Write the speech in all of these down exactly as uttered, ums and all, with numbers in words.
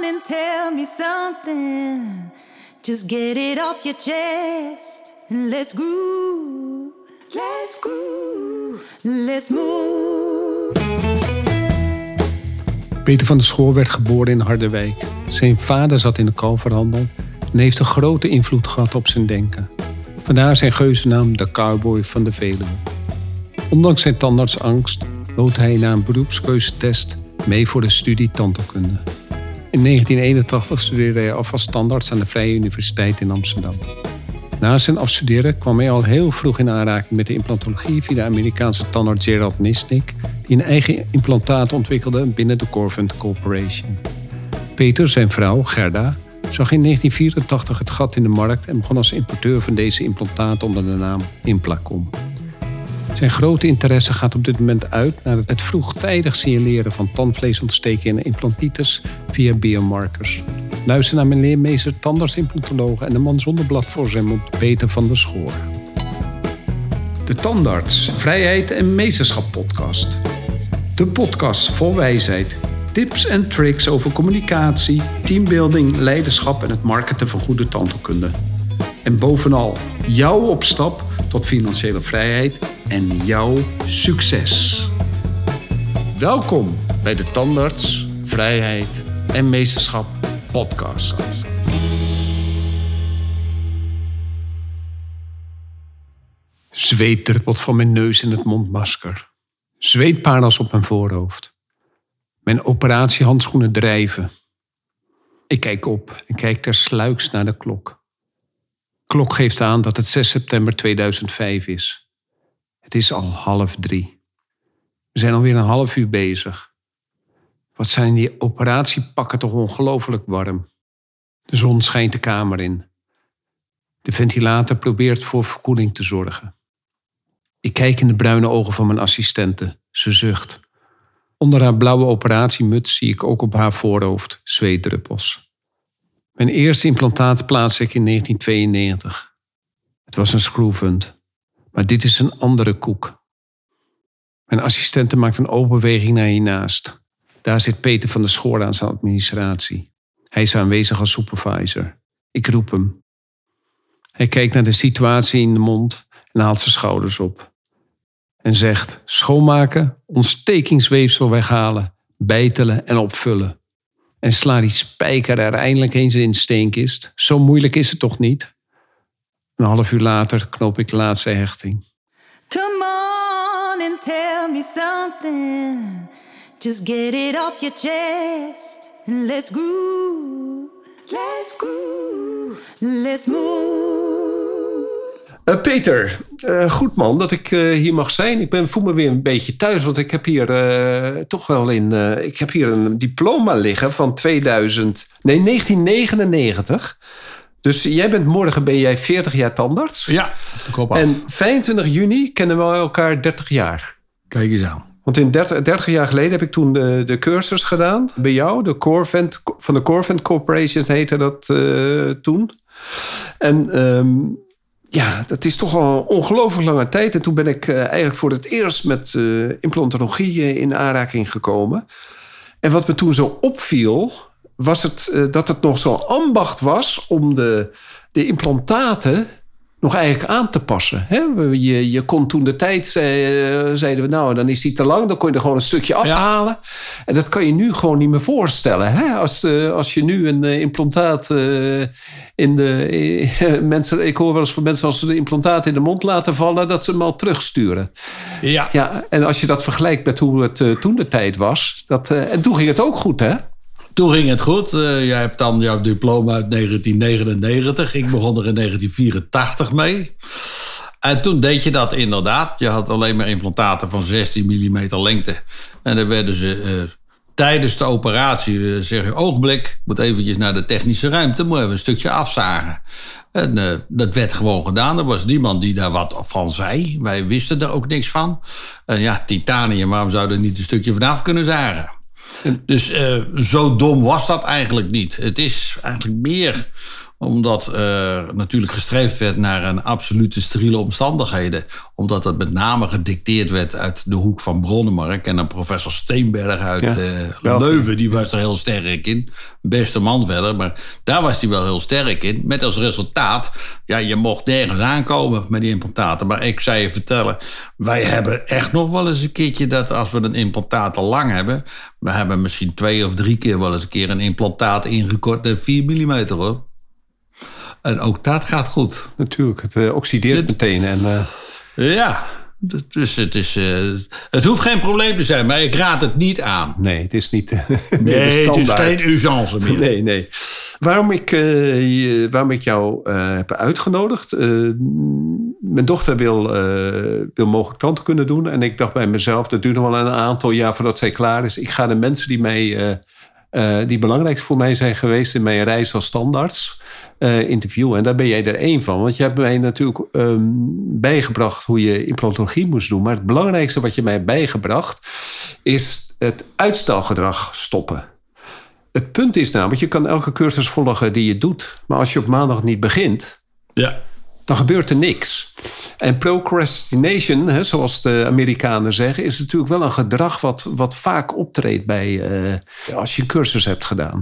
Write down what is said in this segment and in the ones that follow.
and tell me something. Just get it off your chest and let's groove. Let's groove. Let's move. Peter van der Schoor werd geboren in Harderwijk. Zijn vader zat in de kalverhandel en heeft een grote invloed gehad op zijn denken. Vandaar zijn geuzennaam de Cowboy van de Veluwe. Ondanks zijn tandartsangst lood hij na een beroepskeuzetest mee voor de studie tandheelkunde. In negentien eenentachtig studeerde hij af als tandarts aan de Vrije Universiteit in Amsterdam. Na zijn afstuderen kwam hij al heel vroeg in aanraking met de implantologie via de Amerikaanse tandarts Gerald Nisnik, die een eigen implantaat ontwikkelde binnen de Corvent Corporation. Peter, zijn vrouw Gerda, zag in negentien vierentachtig het gat in de markt en begon als importeur van deze implantaten onder de naam Implacom. Zijn grote interesse gaat op dit moment uit naar het vroegtijdig signaleren van tandvleesontsteking en implantitis via biomarkers. Luister naar mijn leermeester, tandarts-implantoloog en de man zonder blad voor zijn mond, Peter van der Schoor. De Tandarts, Vrijheid en Meesterschap podcast. De podcast vol wijsheid, tips en tricks over communicatie, teambuilding, leiderschap en het marketen van goede tandheelkunde. En bovenal jouw opstap tot financiële vrijheid en jouw succes. Welkom bij de Tandarts, Vrijheid en Meesterschap podcast. Zweet druppelt van mijn neus in het mondmasker. Zweetparels op mijn voorhoofd. Mijn operatiehandschoenen drijven. Ik kijk op en kijk tersluiks naar de klok. De klok geeft aan dat het zes september tweeduizend vijf is. Het is al half drie. We zijn alweer een half uur bezig. Wat zijn die operatiepakken toch ongelooflijk warm. De zon schijnt de kamer in. De ventilator probeert voor verkoeling te zorgen. Ik kijk in de bruine ogen van mijn assistente. Ze zucht. Onder haar blauwe operatiemuts zie ik ook op haar voorhoofd zweetdruppels. Mijn eerste implantaat plaatste ik in negentien tweeënnegentig. Het was een screwvent. Maar dit is een andere koek. Mijn assistente maakt een openbeweging naar hiernaast. Daar zit Peter van der Schoor aan zijn administratie. Hij is aanwezig als supervisor. Ik roep hem. Hij kijkt naar de situatie in de mond en haalt zijn schouders op. En zegt, schoonmaken, ontstekingsweefsel weghalen, bijtelen en opvullen. En sla die spijker er eindelijk eens in de steenkist. Zo moeilijk is het toch niet? Een half uur later knoop ik de laatste hechting. Come on and tell me something. Just get it off your chest and let's groove. Let's groove. Let's move. Uh, Peter, uh, goed man dat ik uh, hier mag zijn. Ik ben, voel me weer een beetje thuis, want ik heb hier uh, toch wel in. Uh, ik heb hier een diploma liggen van tweeduizend, nee, negentien negenennegentig. Dus jij bent morgen ben jij veertig jaar tandarts. Ja, de kop af. En vijfentwintig juni kennen we elkaar dertig jaar. Kijk eens aan. Want in dertig, dertig jaar geleden heb ik toen de, de cursus gedaan bij jou. De Corvent, van de Corvent Corporation heette dat uh, toen. En um, ja, dat is toch al een ongelooflijk lange tijd. En toen ben ik uh, eigenlijk voor het eerst met uh, implantologie uh, in aanraking gekomen. En wat me toen zo opviel, was het uh, dat het nog zo'n ambacht was om de, de implantaten nog eigenlijk aan te passen. Hè? Je, je kon toen de tijd, zei, zeiden we, nou, dan is die te lang. Dan kon je er gewoon een stukje afhalen. Ja. En dat kan je nu gewoon niet meer voorstellen. Hè? Als, uh, als je nu een uh, implantaat uh, in de... Uh, mensen, ik hoor wel eens van mensen als ze de implantaat in de mond laten vallen, dat ze hem al terugsturen. Ja. Ja, en als je dat vergelijkt met hoe het uh, toen de tijd was. Dat, uh, en toen ging het ook goed, hè? Toen ging het goed. Uh, jij hebt dan jouw diploma uit negentien negenennegentig. Ik begon er in negentien vierentachtig mee. En toen deed je dat inderdaad. Je had alleen maar implantaten van zestien millimeter lengte. En dan werden ze uh, tijdens de operatie, uh, zeg je, ogenblik, ik moet eventjes naar de technische ruimte, moet even een stukje afzagen. En uh, dat werd gewoon gedaan. Er was niemand die daar wat van zei. Wij wisten er ook niks van. En ja, titanium, waarom zou er niet een stukje vanaf kunnen zagen? Dus uh, zo dom was dat eigenlijk niet. Het is eigenlijk meer Omdat er natuurlijk gestreefd werd naar een absolute steriele omstandigheden. Omdat dat met name gedicteerd werd uit de hoek van Bronnemark. En dan professor Steenberg uit ja, uh, Leuven, die was er heel sterk in. Beste man verder, maar daar was hij wel heel sterk in. Met als resultaat, ja, je mocht nergens aankomen met die implantaten. Maar ik zou je vertellen, wij hebben echt nog wel eens een keertje dat als we een implantaat te lang hebben. We hebben misschien twee of drie keer wel eens een keer een implantaat ingekort naar vier millimeter hoor. En ook dat gaat goed. Natuurlijk, het uh, oxideert het, meteen. En, uh... Ja, dus het, is, uh, het hoeft geen probleem te zijn, maar ik raad het niet aan. Nee, het is niet. Nee, het is geen urgence meer. Nee, nee. Waarom ik, uh, waarom ik jou uh, heb uitgenodigd. Uh, mijn dochter wil, uh, wil mogelijk tante kunnen doen. En ik dacht bij mezelf, dat duurt nog wel een aantal jaar voordat zij klaar is. Ik ga de mensen die mij. Uh, Uh, die belangrijk voor mij zijn geweest in mijn reis als standaards uh, interviewen. En daar ben jij er één van. Want je hebt mij natuurlijk um, bijgebracht hoe je implantologie moest doen. Maar het belangrijkste wat je mij hebt bijgebracht is het uitstelgedrag stoppen. Het punt is namelijk, je kan elke cursus volgen die je doet. Maar als je op maandag niet begint, ja. dan gebeurt er niks. En procrastination, hè, zoals de Amerikanen zeggen, is natuurlijk wel een gedrag wat, wat vaak optreedt bij, uh, als je een cursus hebt gedaan.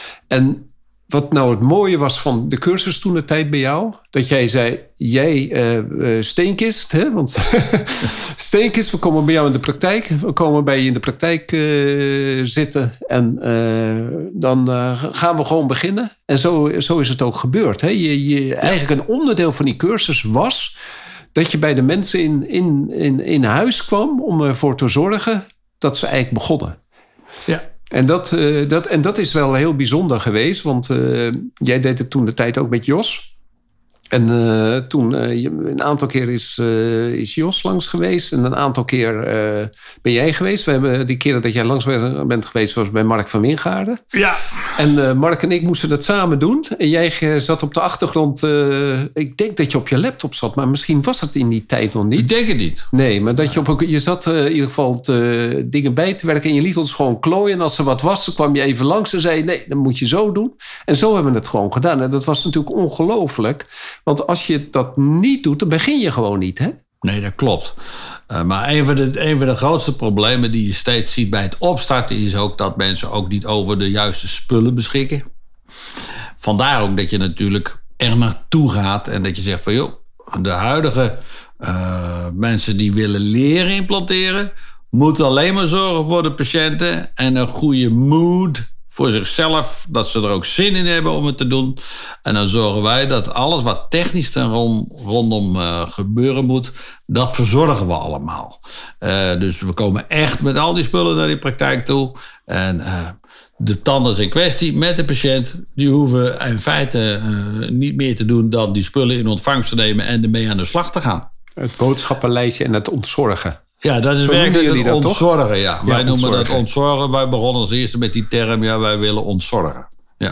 En wat nou het mooie was van de cursus toen de tijd bij jou, dat jij zei, jij uh, uh, Steenkist, hè, want Steenkist, we komen bij jou in de praktijk, we komen bij je in de praktijk uh, zitten en uh, dan uh, gaan we gewoon beginnen. En zo, zo is het ook gebeurd. Hè. Je, je, eigenlijk een onderdeel van die cursus was dat je bij de mensen in, in, in, in huis kwam om ervoor te zorgen dat ze eigenlijk begonnen. Ja. En dat, uh, dat, en dat is wel heel bijzonder geweest, want uh, jij deed het toen de tijd ook met Jos. En uh, toen, uh, een aantal keer is, uh, is Jos langs geweest. En een aantal keer uh, ben jij geweest. We hebben die keren dat jij langs bent geweest, was bij Mark van Wingaarden. Ja. En uh, Mark en ik moesten dat samen doen. En jij zat op de achtergrond. Uh, ik denk dat je op je laptop zat, maar misschien was het in die tijd nog niet. Ik denk het niet. Nee, maar dat je, op, je zat uh, in ieder geval te, dingen bij te werken. En je liet ons gewoon klooien. En als er wat was, dan kwam je even langs en zei, nee, dat moet je zo doen. En zo hebben we het gewoon gedaan. En dat was natuurlijk ongelooflijk. Want als je dat niet doet, dan begin je gewoon niet, hè? Nee, dat klopt. Uh, maar een van, de, een van de grootste problemen die je steeds ziet bij het opstarten is ook dat mensen ook niet over de juiste spullen beschikken. Vandaar ook dat je natuurlijk er naartoe gaat en dat je zegt van joh, de huidige uh, mensen die willen leren implanteren, moeten alleen maar zorgen voor de patiënten en een goede mood voor zichzelf, dat ze er ook zin in hebben om het te doen. En dan zorgen wij dat alles wat technisch ten rond, rondom uh, gebeuren moet, dat verzorgen we allemaal. Uh, dus we komen echt met al die spullen naar die praktijk toe. En uh, de tandarts in kwestie met de patiënt, die hoeven in feite uh, niet meer te doen dan die spullen in ontvangst te nemen en ermee aan de slag te gaan. Het boodschappenlijstje en het ontzorgen. Ja, dat is Zo werkelijk het ontzorgen, ja. ja. Wij noemen dat ontzorgen. Wij begonnen als eerste met die term, ja, wij willen ontzorgen. Ja.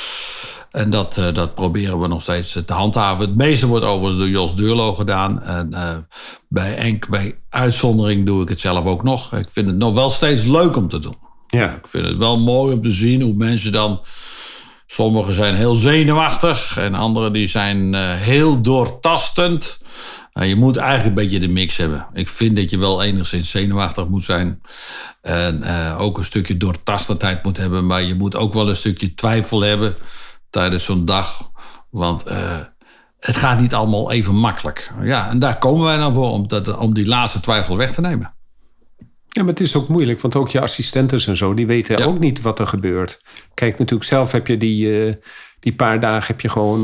En dat, uh, dat proberen we nog steeds te handhaven. Het meeste wordt overigens door Jos Deurlo gedaan. En uh, bij, enk, bij uitzondering doe ik het zelf ook nog. Ik vind het nog wel steeds leuk om te doen. Ja. Ik vind het wel mooi om te zien hoe mensen dan... Sommigen zijn heel zenuwachtig en anderen die zijn uh, heel doortastend. Uh, je moet eigenlijk een beetje de mix hebben. Ik vind dat je wel enigszins zenuwachtig moet zijn. En uh, ook een stukje doortastendheid moet hebben. Maar je moet ook wel een stukje twijfel hebben tijdens zo'n dag. Want uh, het gaat niet allemaal even makkelijk. Ja, en daar komen wij dan voor om, dat, om die laatste twijfel weg te nemen. Ja, maar het is ook moeilijk, want ook je assistenten en zo, die weten ja. ook niet wat er gebeurt. Kijk, natuurlijk zelf heb je die, uh, die paar dagen heb je gewoon,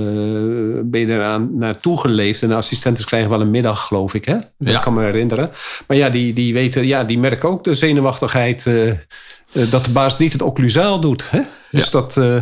uh, ben je eraan naartoe geleefd. En de assistenten krijgen wel een middag, geloof ik, hè? Dat ja. kan me herinneren. Maar ja, die, die weten, ja, die merken ook de zenuwachtigheid, uh, uh, dat de baas niet het occlusaal doet, hè? Dus ja. dat... Uh,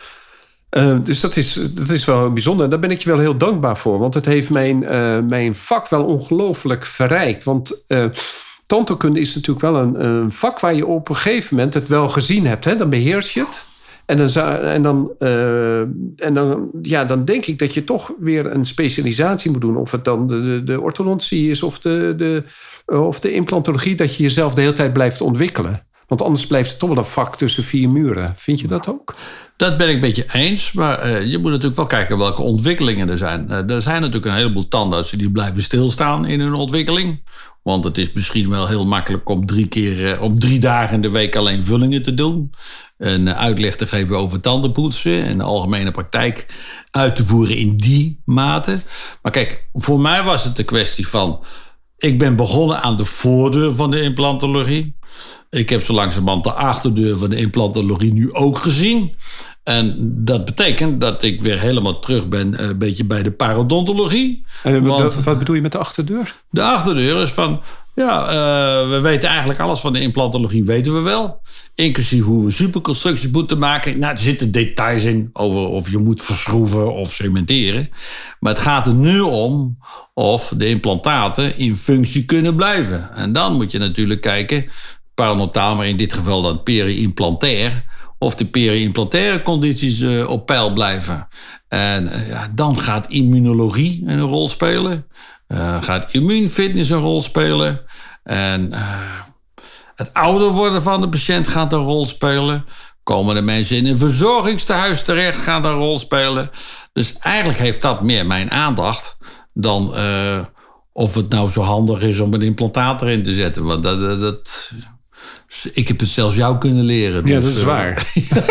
Uh, dus dat is, dat is wel bijzonder. Daar ben ik je wel heel dankbaar voor. Want het heeft mijn, uh, mijn vak wel ongelooflijk verrijkt. Want uh, tandheelkunde is natuurlijk wel een, een vak waar je op een gegeven moment het wel gezien hebt. Hè? Dan beheers je het. En dan, en, dan, uh, en dan, ja, dan denk ik dat je toch weer een specialisatie moet doen. Of het dan de, de, de orthodontie is of de, de, of de implantologie. Dat je jezelf de hele tijd blijft ontwikkelen. Want anders blijft het toch wel een vak tussen vier muren. Vind je dat ook? Dat ben ik een beetje eens. Maar uh, je moet natuurlijk wel kijken welke ontwikkelingen er zijn. Uh, er zijn natuurlijk een heleboel tandartsen die blijven stilstaan in hun ontwikkeling. Want het is misschien wel heel makkelijk om drie, keer, uh, om drie dagen in de week alleen vullingen te doen. Een uh, uitleg te geven over tandenpoetsen. En de algemene praktijk uit te voeren in die mate. Maar kijk, voor mij was het de kwestie van... Ik ben begonnen aan de voordeur van de implantologie. Ik heb zo langzamerhand de achterdeur van de implantologie nu ook gezien. En dat betekent dat ik weer helemaal terug ben een beetje bij de parodontologie. En want, wat bedoel je met de achterdeur? De achterdeur is van... Ja, uh, we weten eigenlijk alles van de implantologie, weten we wel. Inclusief hoe we superconstructies moeten maken. Nou, er zitten details in over of je moet verschroeven of cementeren. Maar het gaat er nu om of de implantaten in functie kunnen blijven. En dan moet je natuurlijk kijken, parodontaal, maar in dit geval dan peri-implantair, of de peri-implantaire condities uh, op peil blijven. En uh, ja, dan gaat immunologie een rol spelen. Uh, gaat immuunfitness een rol spelen. En uh, het ouder worden van de patiënt gaat een rol spelen. Komen de mensen in een verzorgingstehuis terecht, gaat een rol spelen. Dus eigenlijk heeft dat meer mijn aandacht dan uh, of het nou zo handig is om een implantaat erin te zetten. Want dat, dat, dat ik heb het zelfs jou kunnen leren. Ja, dus, dat is waar.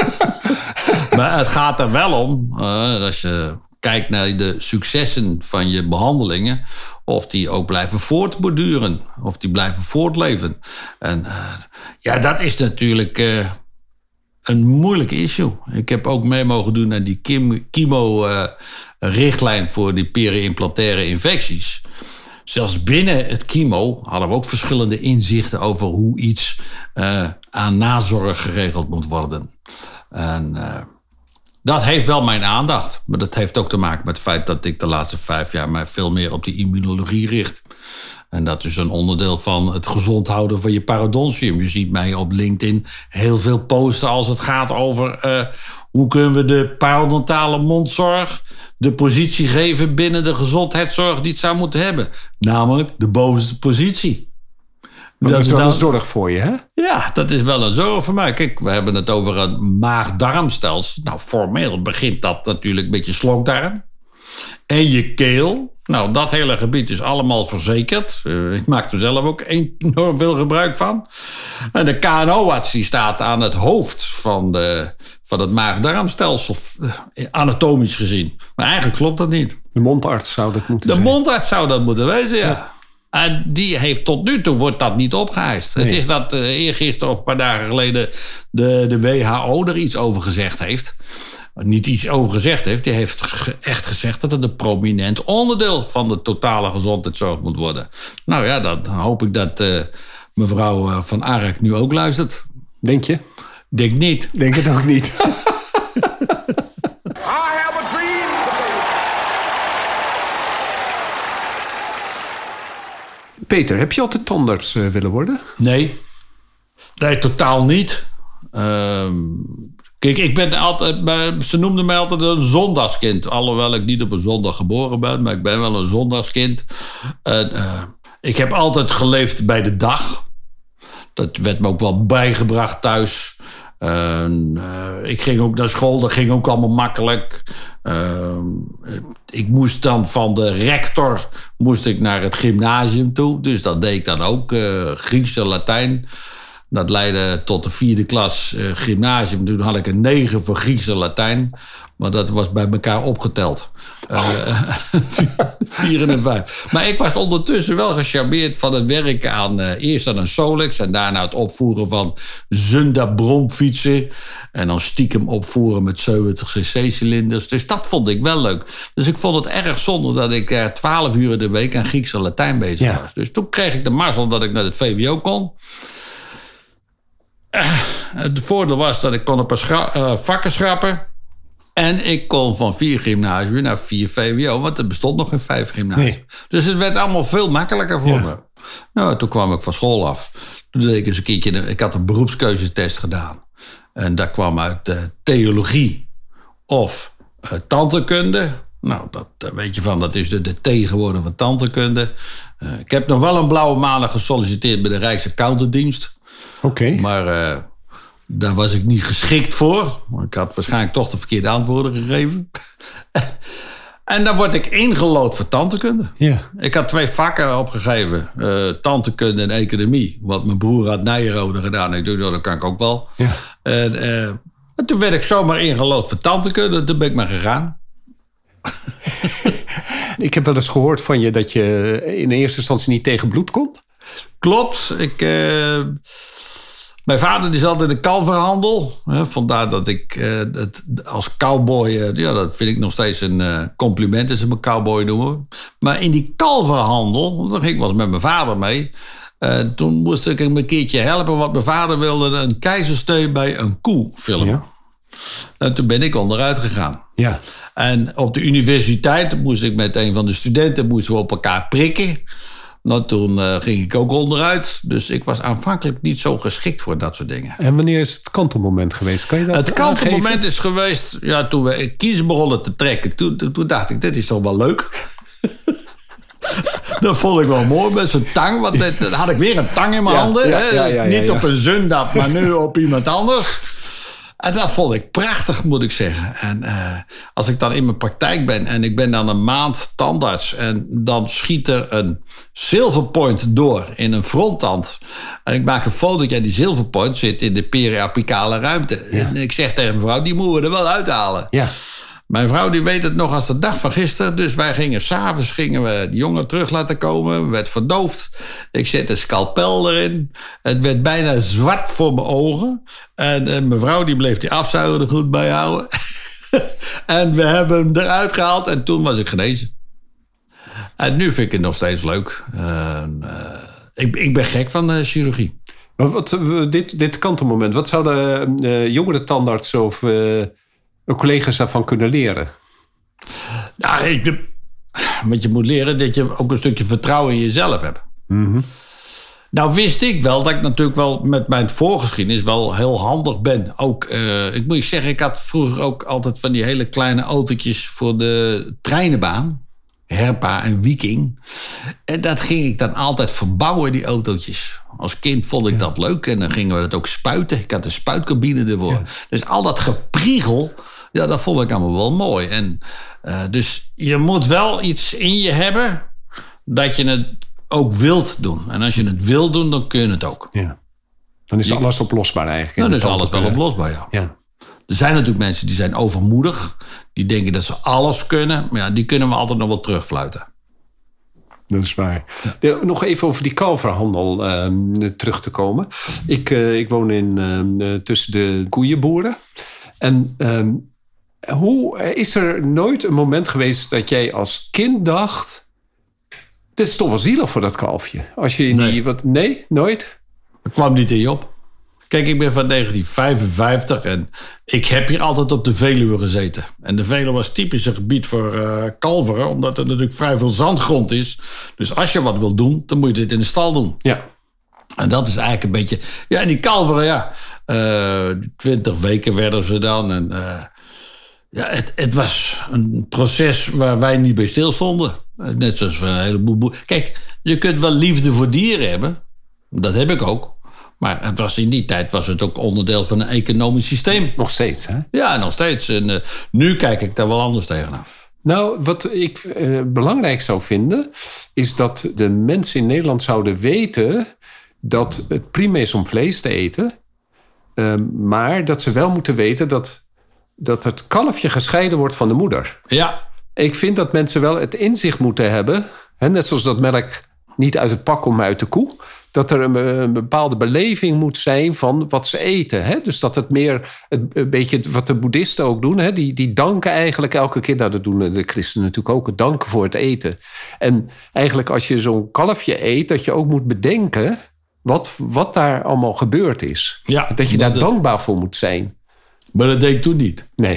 Maar het gaat er wel om, uh, als je kijkt naar de successen van je behandelingen, of die ook blijven voortborduren, of die blijven voortleven. En uh, ja, dat is natuurlijk uh, een moeilijke issue. Ik heb ook mee mogen doen aan die chemo-richtlijn uh, voor die peri-implantaire infecties. Zelfs binnen het chemo hadden we ook verschillende inzichten over hoe iets uh, aan nazorg geregeld moet worden. En uh, dat heeft wel mijn aandacht. Maar dat heeft ook te maken met het feit dat ik de laatste vijf jaar mij veel meer op die immunologie richt. En dat is een onderdeel van het gezond houden van je parodontium. Je ziet mij op LinkedIn heel veel posten als het gaat over uh, hoe kunnen we de parodontale mondzorg de positie geven binnen de gezondheidszorg die het zou moeten hebben. Namelijk de bovenste positie. Dat, dat is wel dan, een zorg voor je, hè? Ja, dat is wel een zorg voor mij. Kijk, we hebben het over een maag-darmstelsel. Nou, formeel begint dat natuurlijk met je slokdarm. En je keel. Nou, dat hele gebied is allemaal verzekerd. Uh, ik maak er zelf ook enorm veel gebruik van. En de K N O-arts die staat aan het hoofd van, de, van het maag-darmstelsel, anatomisch gezien. Maar eigenlijk klopt dat niet. De mondarts zou dat moeten de zijn. De mondarts zou dat moeten wezen, ja. ja. En die heeft tot nu toe wordt dat niet opgeëist. Nee. Het is dat uh, eergisteren of een paar dagen geleden de, de W H O er iets over gezegd heeft. Niet iets over gezegd heeft. Die heeft ge- echt gezegd dat het een prominent onderdeel van de totale gezondheidszorg moet worden. Nou ja, dan, dan hoop ik dat uh, mevrouw uh, Van Ark nu ook luistert. Denk je? Denk niet. Denk het ook niet. Peter, heb je altijd tandarts uh, willen worden? Nee. Nee, totaal niet. Uh, kijk, ik ben altijd... Ze noemden mij altijd een zondagskind. Alhoewel ik niet op een zondag geboren ben. Maar ik ben wel een zondagskind. Uh, uh, ik heb altijd geleefd bij de dag. Dat werd me ook wel bijgebracht thuis. Uh, uh, ik ging ook naar school. Dat ging ook allemaal makkelijk. Uh, ik moest dan van de rector moest ik naar het gymnasium toe. Dus dat deed ik dan ook. Uh, Grieks en Latijn. Dat leidde tot de vierde klas uh, gymnasium. Toen had ik een negen voor Grieks en Latijn. Maar dat was bij elkaar opgeteld. Uh, vier en vijf. Maar ik was ondertussen wel gecharmeerd van het werken aan... Uh, eerst aan een Solex en daarna het opvoeren van Zunda-bromfietsen. En dan stiekem opvoeren met zeventig cc-cilinders. Dus dat vond ik wel leuk. Dus ik vond het erg zonde dat ik uh, twaalf uur in de week aan Grieks en Latijn bezig ja. was. Dus toen kreeg ik de mazzel dat ik naar het V W O kon. Uh, het voordeel was dat ik kon een paar schra- uh, vakken schrappen. En ik kon van vier gymnasium naar vier V W O. Want er bestond nog geen vijf gymnasium. Nee. Dus het werd allemaal veel makkelijker voor ja. me. Nou, toen kwam ik van school af. Toen deed ik eens een keertje... Ik had een beroepskeuzetest gedaan. En dat kwam uit uh, theologie of uh, tandheelkunde. Nou, dat uh, weet je van. Dat is de, de T geworden van tandheelkunde. Uh, ik heb nog wel een blauwe maandag gesolliciteerd bij de Rijksaccountendienst. Oké. Okay. Maar uh, daar was ik niet geschikt voor. Ik had waarschijnlijk toch de verkeerde antwoorden gegeven. En dan word ik ingelood voor tandheelkunde. Ja. Ik had twee vakken opgegeven. Uh, tandheelkunde en economie. Want mijn broer had Nijrode gedaan. Ik dacht, nou, dat kan ik ook wel. Ja. En, uh, en toen werd ik zomaar ingelood voor tandheelkunde. Toen ben ik maar gegaan. Ik heb wel eens gehoord van je dat je in eerste instantie niet tegen bloed kon. Klopt. Ik, uh, mijn vader die zat in de kalverhandel. Hè, vandaar dat ik uh, het, als cowboy... Uh, ja, dat vind ik nog steeds een uh, compliment als ze me cowboy noemen. Maar in die kalverhandel, daar ging ik wel eens met mijn vader mee. Uh, toen moest ik hem een keertje helpen. Want mijn vader wilde een keizersnee bij een koe filmen. Ja. En toen ben ik onderuit gegaan. Ja. En op de universiteit moest ik met een van de studenten moesten we op elkaar prikken. Nou, toen uh, ging ik ook onderuit. Dus ik was aanvankelijk niet zo geschikt voor dat soort dingen. En wanneer is het kantelmoment geweest? Kan je dat het kantelmoment is geweest ja, toen we kiezen begonnen te trekken. Toen, toen, toen dacht ik, dit is toch wel leuk. Dat vond ik wel mooi met zo'n tang. Want dit, dan had ik weer een tang in mijn ja, handen. Ja, ja, ja, ja, niet ja. op een zundap, maar nu op iemand anders. En dat vond ik prachtig, moet ik zeggen. En uh, als ik dan in mijn praktijk ben en ik ben dan een maand tandarts... en dan schiet er een silverpoint door in een fronttand... en ik maak een fotootje en die silverpoint zit in de periapicale ruimte. Ja. En ik zeg tegen mevrouw, die moeten we er wel uithalen. Ja. Mijn vrouw die weet het nog als de dag van gisteren. Dus wij gingen s'avonds gingen we die jongen terug laten komen. Werd verdoofd. Ik zette een scalpel erin. Het werd bijna zwart voor mijn ogen. En, en mijn vrouw die bleef die afzuiger er goed bij houden. En we hebben hem eruit gehaald. En toen was ik genezen. En nu vind ik het nog steeds leuk. Uh, uh, ik, ik ben gek van de chirurgie. Maar wat, dit, dit kantelmoment. Wat zouden uh, jongere tandartsen of... Uh... collega's daarvan kunnen leren? Nou, ik, want je moet leren dat je ook een stukje vertrouwen in jezelf hebt. Mm-hmm. Nou wist ik wel dat ik natuurlijk wel met mijn voorgeschiedenis wel heel handig ben. Ook, uh, ik moet je zeggen, ik had vroeger ook altijd van die hele kleine autootjes voor de treinenbaan. Herpa en Viking. En dat ging ik dan altijd verbouwen, die autootjes. Als kind vond ik ja. dat leuk en dan gingen we dat ook spuiten. Ik had een spuitcabine ervoor. Ja. Dus al dat gepriegel, ja, dat vond ik allemaal wel mooi. En, uh, dus je moet wel iets in je hebben dat je het ook wilt doen. En als je het wilt doen, dan kun je het ook. Ja. Dan is je, alles oplosbaar eigenlijk. Dan is alles wel oplosbaar, ja. ja. Er zijn natuurlijk mensen die zijn overmoedig. Die denken dat ze alles kunnen. Maar ja, die kunnen we altijd nog wel terugfluiten. Dat is waar. Ja. Nog even over die kalverhandel uh, terug te komen. Ik, uh, ik woon in, uh, tussen de koeienboeren. En uh, hoe is er nooit een moment geweest dat jij als kind dacht... dit is toch wel zielig voor dat kalfje? Als je nee. Die, wat, nee, nooit? Dat kwam niet in je op. Kijk, ik ben van negentien vijfenvijftig en ik heb hier altijd op de Veluwe gezeten. En de Veluwe was typisch een gebied voor uh, kalveren, omdat er natuurlijk vrij veel zandgrond is. Dus als je wat wil doen, dan moet je dit in de stal doen. Ja. En dat is eigenlijk een beetje... Ja, en die kalveren, ja, twintig uh, weken werden ze dan. En uh, ja, het, het was een proces waar wij niet bij stilstonden. Net zoals een heleboel boeren. Kijk, je kunt wel liefde voor dieren hebben. Dat heb ik ook. Maar het was in die tijd was het ook onderdeel van een economisch systeem. Nog steeds, hè? Ja, nog steeds. En uh, nu kijk ik daar wel anders tegenaan. Nou, wat ik uh, belangrijk zou vinden... is dat de mensen in Nederland zouden weten... dat het prima is om vlees te eten... Uh, maar dat ze wel moeten weten dat, dat het kalfje gescheiden wordt van de moeder. Ja. Ik vind dat mensen wel het inzicht moeten hebben... Hè, net zoals dat melk niet uit het pak komt, maar uit de koe... dat er een, een bepaalde beleving moet zijn van wat ze eten. Hè? Dus dat het meer, het, een beetje wat de boeddhisten ook doen... Hè? Die, die danken eigenlijk elke keer... Nou, dat doen de christenen natuurlijk ook, het danken voor het eten. En eigenlijk als je zo'n kalfje eet... dat je ook moet bedenken wat, wat daar allemaal gebeurd is. Ja, dat je daar dat, dankbaar voor moet zijn. Maar dat deed ik toen niet. Nee.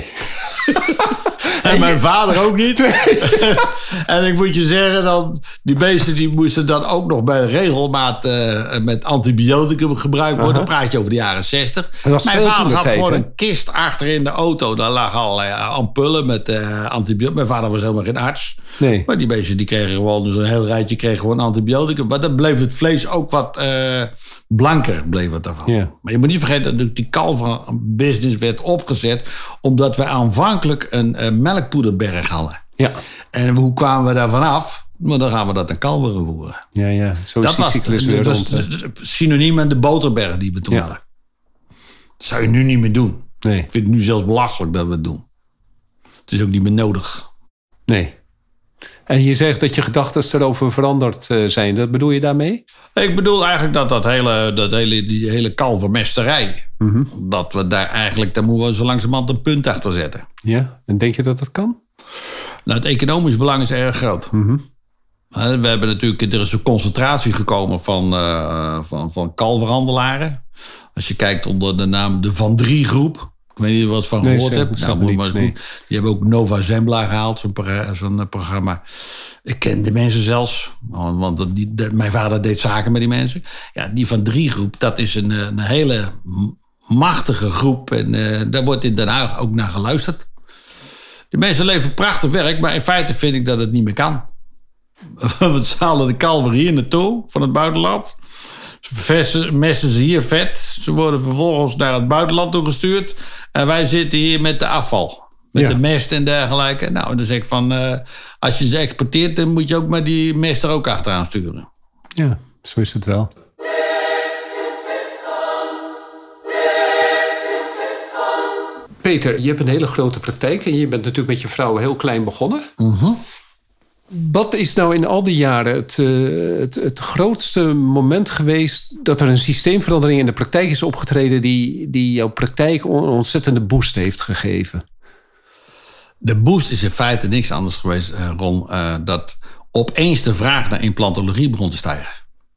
En mijn vader ook niet. En ik moet je zeggen, dan, die beesten die moesten dan ook nog bij regelmaat uh, met antibioticum gebruikt worden. Uh-huh. Dan praat je over de jaren zestig. Mijn vader had gewoon een kist achter in de auto. Daar lagen allerlei ampullen met uh, antibioticum. Mijn vader was helemaal geen arts. Nee. Maar die beesten die kregen gewoon, zo'n heel rijtje kregen gewoon antibioticum. Maar dan bleef het vlees ook wat uh, blanker bleef het daarvan. Ja. Maar je moet niet vergeten dat die kalverbusiness werd opgezet omdat we aanvankelijk een, een melkpoederberg hadden. Ja. En hoe kwamen we daar vanaf? Maar dan gaan we dat aan kalveren voeren. Ja, ja. Zo is Dat die was, cyclus dat weer was rond. hè? d- d- synoniem met de boterberg die we toen Ja. hadden. Dat zou je nu niet meer doen. Nee. Ik vind het nu zelfs belachelijk dat we het doen. Het is ook niet meer nodig. Nee. En je zegt dat je gedachten erover veranderd eh, zijn. Dat bedoel je daarmee? Ik bedoel eigenlijk dat, dat hele, dat hele, die hele kalvermesterij... Mhm. dat we daar eigenlijk... daar moeten we zo langzamerhand een punt achter zetten. Ja. En denk je dat dat kan? Nou, het economisch belang is erg groot. Mhm. Hè, We hebben natuurlijk... Er is een concentratie gekomen van, uh, van, van kalverhandelaren. Als je kijkt onder de naam de Van Drie Groep... Ik weet niet of je er wat van Nee, gehoord zeg- hebt. zeg Nou, me moet maar niets, eens nee. goed. Die hebben ook Nova Zembla gehaald, zo'n, pro- zo'n uh, programma. Ik ken de mensen zelfs, want want dat- die, de- mijn vader deed zaken met die mensen. Ja, die Van Drie Groep, dat is een, een hele m- machtige groep. En uh, daar wordt in Den Haag ook naar geluisterd. Die mensen leveren prachtig werk, maar in feite vind ik dat het niet meer kan. We halen de kalver hier naartoe van het buitenland. Ze versen- messen ze hier vet. Ze worden vervolgens naar het buitenland toegestuurd. En wij zitten hier met de afval. Met Ja. de mest en dergelijke. Nou, dan zeg ik van... Uh, als je ze exporteert, dan moet je ook maar die mest er ook achteraan sturen. Ja, zo is het wel. Peter, je hebt een hele grote praktijk en je bent natuurlijk met je vrouw heel klein begonnen. Wat is nou in al die jaren het, uh, het, het grootste moment geweest dat er een systeemverandering in de praktijk is opgetreden die, die jouw praktijk een ontzettende boost heeft gegeven? De boost is in feite niks anders geweest, uh, Ron. Uh, dat opeens de vraag naar implantologie begon te stijgen.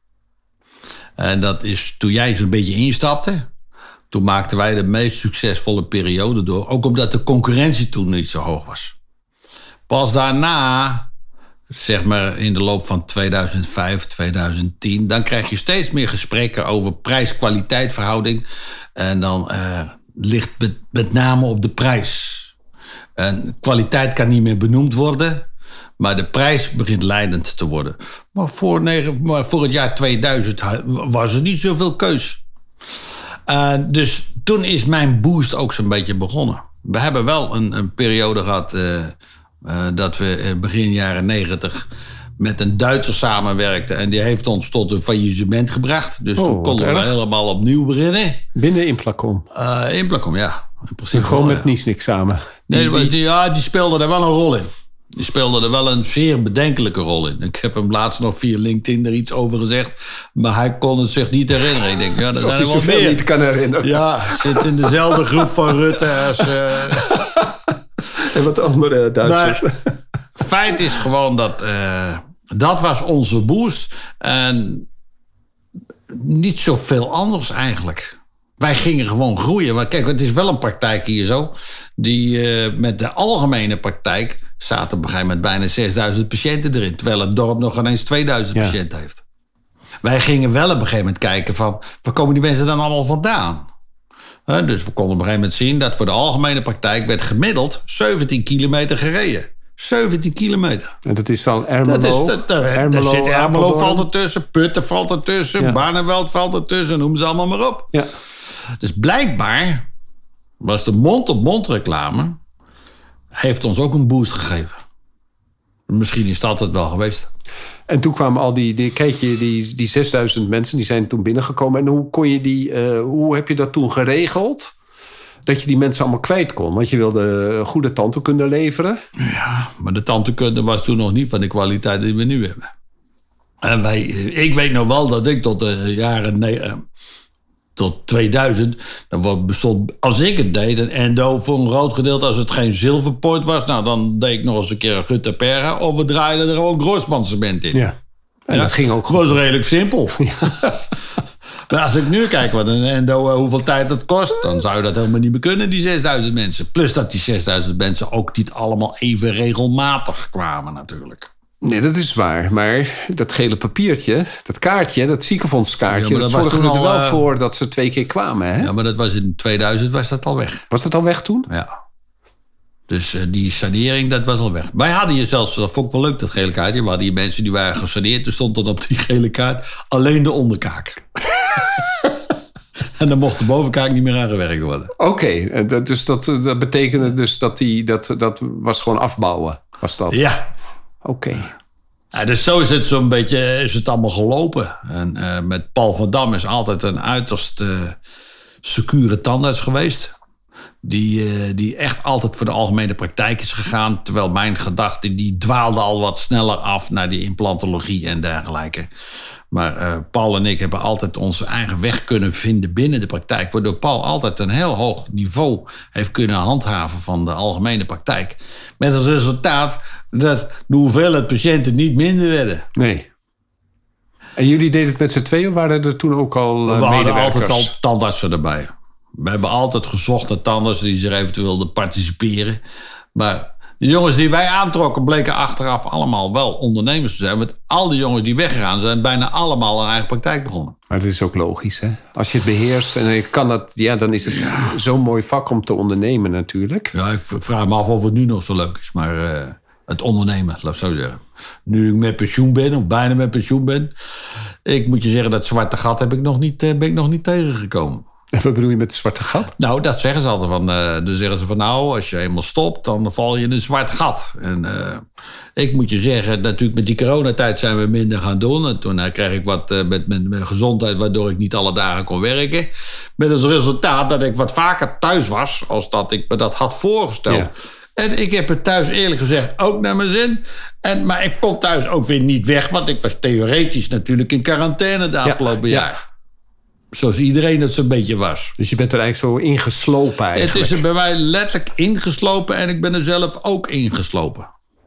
En dat is toen jij zo'n beetje instapte. Toen maakten wij de meest succesvolle periode door. Ook omdat de concurrentie toen niet zo hoog was. Pas daarna, zeg maar in de loop van tweeduizend vijf, tweeduizend tien... dan krijg je steeds meer gesprekken over prijs-kwaliteit verhouding. En dan uh, ligt het met name op de prijs. En kwaliteit kan niet meer benoemd worden. Maar de prijs begint leidend te worden. Maar voor, negen, maar voor het jaar tweeduizend was er niet zoveel keus. Uh, dus toen is mijn boost ook zo'n beetje begonnen. We hebben wel een, een periode gehad... Uh, uh, dat we begin jaren negentig met een Duitser samenwerkten. En die heeft ons tot een faillissement gebracht. Dus Oh, toen konden we erg. helemaal opnieuw beginnen. Binnen Implacom. Uh, in Placom, ja. In principe Gewoon wel, met ja. Niesnik samen. Nee, Die- die, die- die, ja, die speelde er wel een rol in. Die speelde er wel een zeer bedenkelijke rol in. Ik heb hem laatst nog via LinkedIn er iets over gezegd. Maar hij kon het zich niet herinneren. Ik denk, ja, dat Als zijn hij er wel zoveel meer. niet kan herinneren. Ja, zit in dezelfde groep van Rutte als... Uh... En wat andere Duitsers. Maar feit is gewoon dat... Uh, dat was onze boost. En niet zoveel anders eigenlijk. Wij gingen gewoon groeien. Maar kijk, het is wel een praktijk hier zo. Die uh, met de algemene praktijk... zaten op een gegeven moment bijna zesduizend patiënten erin. Terwijl het dorp nog ineens tweeduizend Ja. patiënten heeft. Wij gingen wel op een gegeven moment kijken van... waar komen die mensen dan allemaal vandaan? He, dus we konden op een gegeven moment zien... dat voor de algemene praktijk werd gemiddeld zeventien kilometer gereden. zeventien kilometer. En dat is al Ermelo. Dat is, dat, daar, Ermelo, daar zit Ermelo Apeldoorn. valt ertussen, Putten valt ertussen, Ja. Barneveld valt ertussen, noem ze allemaal maar op. Ja. Dus blijkbaar was de mond-op-mond reclame... heeft ons ook een boost gegeven. Misschien is dat het wel geweest. En toen kwamen al die, die kijk je, die, die zesduizend mensen, die zijn toen binnengekomen. En hoe kon je die, uh, hoe heb je dat toen geregeld? Dat je die mensen allemaal kwijt kon. Want je wilde goede tandheelkunde leveren. Ja, maar de tandheelkunde was toen nog niet van de kwaliteit die we nu hebben. En wij, ik weet nog wel dat ik tot de jaren... Nee, tot tweeduizend, dan bestond, als ik het deed, een endo voor een groot gedeelte, als het geen zilverpoort was, nou dan deed ik nog eens een keer een Gutta Perra, of we draaiden er gewoon Grossman cement in. Ja. En Ja, dat ging ook Het goed. was redelijk simpel. Ja. Maar als ik nu kijk wat een endo, uh, hoeveel tijd dat kost, dan zou je dat helemaal niet meer kunnen, die zesduizend mensen. Plus dat die zesduizend mensen ook niet allemaal even regelmatig kwamen natuurlijk. Nee, dat is waar. Maar dat gele papiertje, dat kaartje, dat ziekenfondskaartje... Ja, maar dat, dat was zorgde er toen wel al, uh, voor dat ze twee keer kwamen. Hè? Ja, maar dat was in tweeduizend was dat al weg. Was dat al weg toen? Ja. Dus uh, die sanering, dat was al weg. Wij hadden hier zelfs, dat vond ik wel leuk, dat gele kaartje. We hadden hier mensen die waren gesaneerd. Er stond dan op die gele kaart alleen de onderkaak. En dan mocht de bovenkaak niet meer aan gewerkt worden. Oké, okay, dus dat, dat betekende dus dat die, dat, dat was gewoon afbouwen, was dat? Ja. Oké. Okay. Ja, dus zo is het zo'n beetje is het allemaal gelopen. En uh, met Paul van Dam is altijd een uiterst uh, secure tandarts geweest. Die, uh, die echt altijd voor de algemene praktijk is gegaan. Terwijl mijn gedachten die dwaalden al wat sneller af naar die implantologie en dergelijke. Maar uh, Paul en ik hebben altijd onze eigen weg kunnen vinden binnen de praktijk. Waardoor Paul altijd een heel hoog niveau heeft kunnen handhaven van de algemene praktijk. Met als resultaat dat de hoeveelheid patiënten niet minder werden. Nee. En jullie deden het met z'n tweeën of waren er toen ook al uh, We hadden medewerkers? altijd al tandartsen erbij. We hebben altijd gezocht naar tandartsen die zich eventueel wilden participeren. Maar de jongens die wij aantrokken bleken achteraf allemaal wel ondernemers te zijn. Want al die jongens die weggegaan zijn, bijna allemaal een eigen praktijk begonnen. Maar dat is ook logisch, hè? Als je het beheerst en je kan dat, ja, dan is het ja. zo'n mooi vak om te ondernemen natuurlijk. Ja, ik vraag me af of het nu nog zo leuk is. Maar uh, het ondernemen, laat ik zo zeggen. Nu ik met pensioen ben, of bijna met pensioen ben. Ik moet je zeggen, dat zwarte gat heb ik nog niet, ben ik nog niet tegengekomen. En wat bedoel je met het zwarte gat? Nou, dat zeggen ze altijd. Van, uh, dan zeggen ze van nou, als je eenmaal stopt, dan val je in een zwart gat. En uh, ik moet je zeggen, natuurlijk met die coronatijd zijn we minder gaan doen. En toen uh, kreeg ik wat uh, met, met mijn gezondheid, waardoor ik niet alle dagen kon werken. Met als resultaat dat ik wat vaker thuis was, als dat ik me dat had voorgesteld. Ja. En ik heb het thuis eerlijk gezegd ook naar mijn zin. En, maar ik kon thuis ook weer niet weg, want ik was theoretisch natuurlijk in quarantaine de afgelopen ja, jaar. Ja. Zoals iedereen dat zo'n beetje was. Dus je bent er eigenlijk zo ingeslopen eigenlijk? Het is er bij mij letterlijk ingeslopen en ik ben er zelf ook ingeslopen.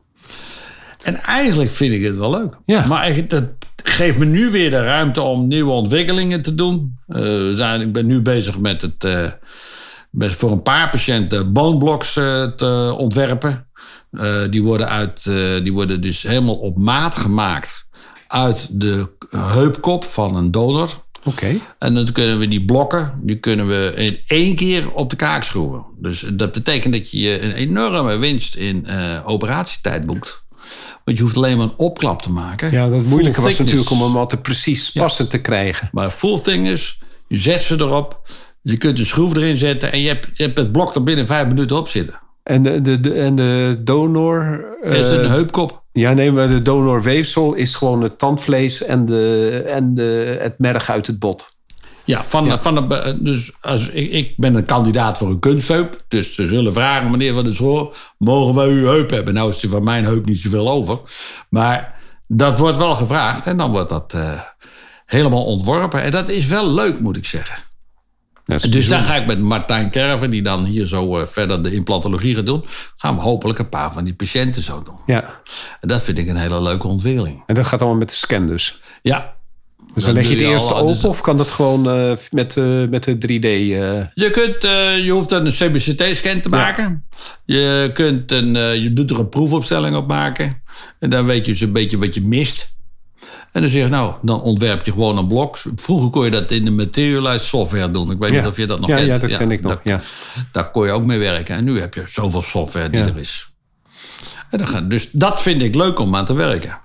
En eigenlijk vind ik het wel leuk. Ja. Maar het geeft me nu weer de ruimte om nieuwe ontwikkelingen te doen. Uh, zijn, ik ben nu bezig met het uh, met voor een paar patiënten bone blocks uh, te ontwerpen. Uh, die, worden uit, uh, die worden dus helemaal op maat gemaakt uit de heupkop van een donor. Oké. Okay. En dan kunnen we die blokken, die kunnen we in één keer op de kaak schroeven. Dus dat betekent dat je een enorme winst in uh, operatietijd boekt. Want je hoeft alleen maar een opklap te maken. Ja, dat moeilijke was natuurlijk om hem altijd precies passend ja. te krijgen. Maar full thickness, je zet ze erop, je kunt de schroef erin zetten en je hebt, je hebt het blok er binnen vijf minuten op zitten. En de, de, de, en de donor... Uh, is een heupkop. Ja, nee, maar de donorweefsel is gewoon het tandvlees en, de, en de, het merg uit het bot. Ja, van, ja. van de, dus als, ik, ik ben een kandidaat voor een kunstheup. Dus ze zullen vragen, meneer Van der Schoor, mogen wij uw heup hebben? Nou is er van mijn heup niet zoveel over. Maar dat wordt wel gevraagd en dan wordt dat uh, helemaal ontworpen. En dat is wel leuk, moet ik zeggen. Dus dan ga ik met Martijn Kerven, die dan hier zo uh, verder de implantologie gaat doen, gaan we hopelijk een paar van die patiënten zo doen. Ja. En dat vind ik een hele leuke ontwikkeling. En dat gaat allemaal met de scan dus? Ja. Dus dan, dan leg je het eerst al, open dus, of kan dat gewoon uh, met, uh, met de drie D? Uh... Je, kunt, uh, je hoeft een C B C T-scan te maken. Ja. Je, kunt een, uh, je doet er een proefopstelling op maken. En dan weet je dus een beetje wat je mist. En dan zeg je, nou, dan ontwerp je gewoon een blok. Vroeger kon je dat in de Materialize software doen. Ik weet ja. niet of je dat nog ja, kent. Ja, dat ja, ken ik nog. Daar, ja. daar kon je ook mee werken. En nu heb je zoveel software die ja. er is. En dan gaat, dus dat vind ik leuk om aan te werken.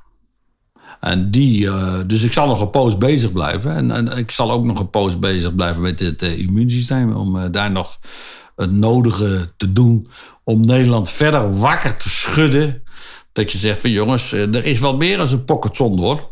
En die, uh, dus ik zal nog een poos bezig blijven. En, en ik zal ook nog een poos bezig blijven met het uh, immuunsysteem. Om uh, daar nog het nodige te doen. Om Nederland verder wakker te schudden. Dat je zegt van jongens, uh, er is wel meer dan een pocketzonde hoor.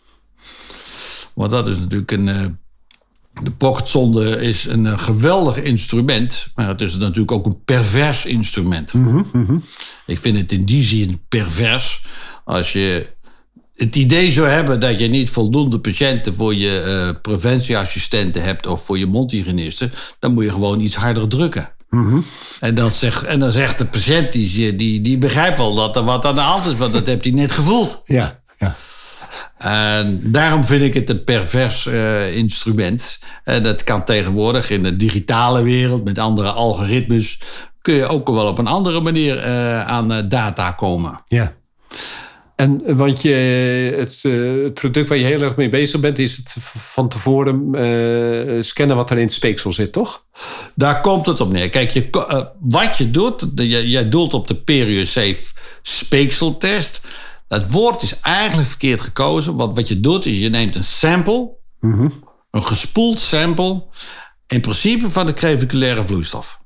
Want dat is natuurlijk een... Uh, de pocketzonde is een uh, geweldig instrument. Maar het is natuurlijk ook een pervers instrument. Mm-hmm, mm-hmm. Ik vind het in die zin pervers. Als je het idee zou hebben dat je niet voldoende patiënten voor je uh, preventieassistenten hebt of voor je mondhygiënisten, dan moet je gewoon iets harder drukken. Mm-hmm. En, dan zegt, en dan zegt de patiënt, die, die, die begrijpt wel dat er wat aan de hand is, want dat heeft hij net gevoeld. Ja, ja. En daarom vind ik het een pervers uh, instrument. En dat kan tegenwoordig in de digitale wereld met andere algoritmes, kun je ook wel op een andere manier uh, aan uh, data komen. Ja. En want je, het, uh, het product waar je heel erg mee bezig bent, is het van tevoren uh, scannen wat er in het speeksel zit, toch? Daar komt het op neer. Kijk, je, uh, wat je doet, jij, jij doelt op de PerioSafe speekseltest. Dat woord is eigenlijk verkeerd gekozen. Want wat je doet, is je neemt een sample mm-hmm. een gespoeld sample, in principe van de creviculaire vloeistof.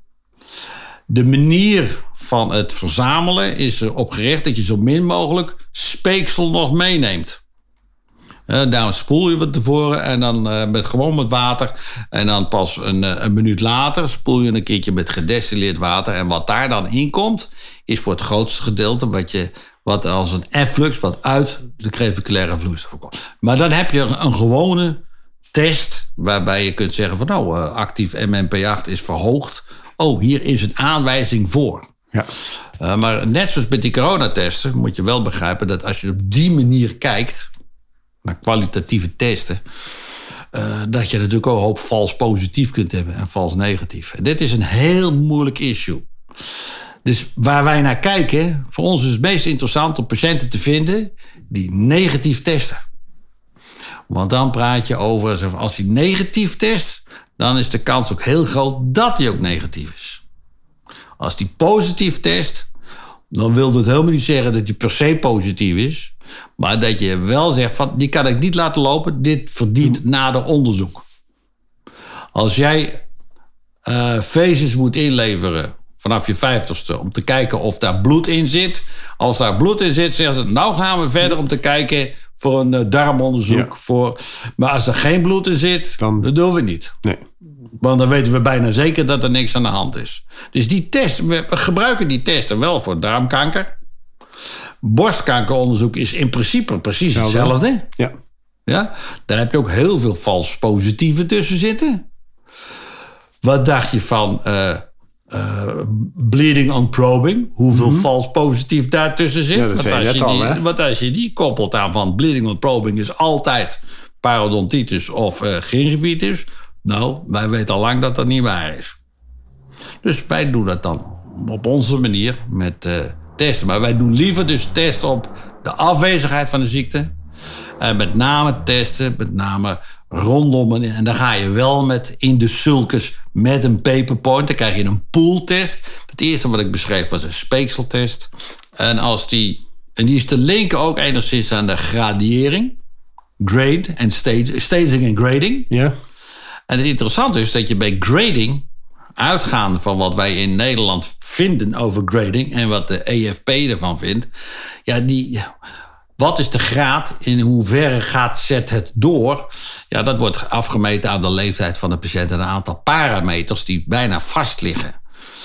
De manier van het verzamelen is erop gericht dat je zo min mogelijk speeksel nog meeneemt. Uh, daarom spoel je wat tevoren en dan uh, met, gewoon met water. En dan pas een, uh, een minuut later spoel je een keertje met gedestilleerd water. En wat daar dan in komt, is voor het grootste gedeelte wat, je, wat als een efflux wat uit de creviculaire vloeistof komt. Maar dan heb je een, een gewone test waarbij je kunt zeggen van nou, uh, actief M M P acht is verhoogd. Oh, hier is een aanwijzing voor. Ja. Uh, maar net zoals met die coronatesten moet je wel begrijpen dat als je op die manier kijkt naar kwalitatieve testen, uh, dat je natuurlijk ook een hoop vals positief kunt hebben en vals negatief. En dit is een heel moeilijk issue. Dus waar wij naar kijken, voor ons is het meest interessant om patiënten te vinden die negatief testen. Want dan praat je over, als hij negatief test, dan is de kans ook heel groot dat hij ook negatief is. Als hij positief test, dan wil dat helemaal niet zeggen dat hij per se positief is. Maar dat je wel zegt van, die kan ik niet laten lopen. Dit verdient nader onderzoek. Als jij uh, feces moet inleveren vanaf je vijftigste om te kijken of daar bloed in zit. Als daar bloed in zit, zeggen ze, nou gaan we verder om te kijken voor een uh, darmonderzoek. Ja. Voor, maar als er geen bloed in zit, dan dat doen we niet. Nee. Want dan weten we bijna zeker dat er niks aan de hand is. Dus die test, we gebruiken die testen wel voor darmkanker. Borstkankeronderzoek is in principe precies hetzelfde. Ja. Ja? Daar heb je ook heel veel vals positieve tussen zitten. Wat dacht je van uh, uh, bleeding on probing? Hoeveel mm-hmm. vals positief daartussen zit? Ja, dat want, als je al, die, want als je die koppelt aan van bleeding on probing is altijd parodontitis of uh, gingivitis. Nou, wij weten al lang dat dat niet waar is. Dus wij doen dat dan op onze manier met uh, testen. Maar wij doen liever dus testen op de afwezigheid van de ziekte. En met name testen, met name rondom. Een, en dan ga je wel met in de sulcus met een paperpoint. Dan krijg je een pooltest. Het eerste wat ik beschreef was een speekseltest. En, als die, en die is te linken ook enigszins aan de gradering. Grade en stage, staging en grading. Ja. En het interessante is dat je bij grading, uitgaande van wat wij in Nederland vinden over grading en wat de E F P ervan vindt, ja, die, wat is de graad, in hoeverre gaat zet het door? Ja, dat wordt afgemeten aan de leeftijd van de patiënt en een aantal parameters die bijna vast liggen.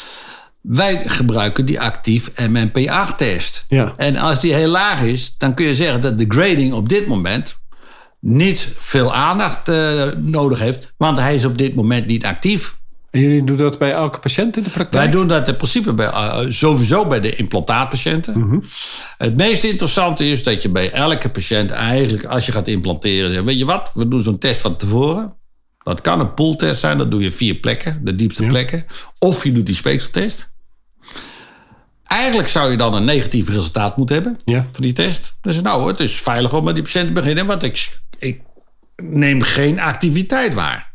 Wij gebruiken die actief M M P acht test. Ja. En als die heel laag is, dan kun je zeggen dat de grading op dit moment niet veel aandacht uh, nodig heeft, want hij is op dit moment niet actief. En jullie doen dat bij elke patiënt in de praktijk? Wij doen dat in principe bij, uh, sowieso bij de implantaatpatiënten. Mm-hmm. Het meest interessante is dat je bij elke patiënt eigenlijk, als je gaat implanteren, zegt, weet je wat, we doen zo'n test van tevoren. Dat kan een pooltest zijn, dat doe je vier plekken, de diepste ja. plekken. Of je doet die speekseltest. Eigenlijk zou je dan een negatief resultaat moeten hebben ja. van die test. Dus nou, het is veilig om met die patiënt te beginnen, want ik, ik neem geen activiteit waar.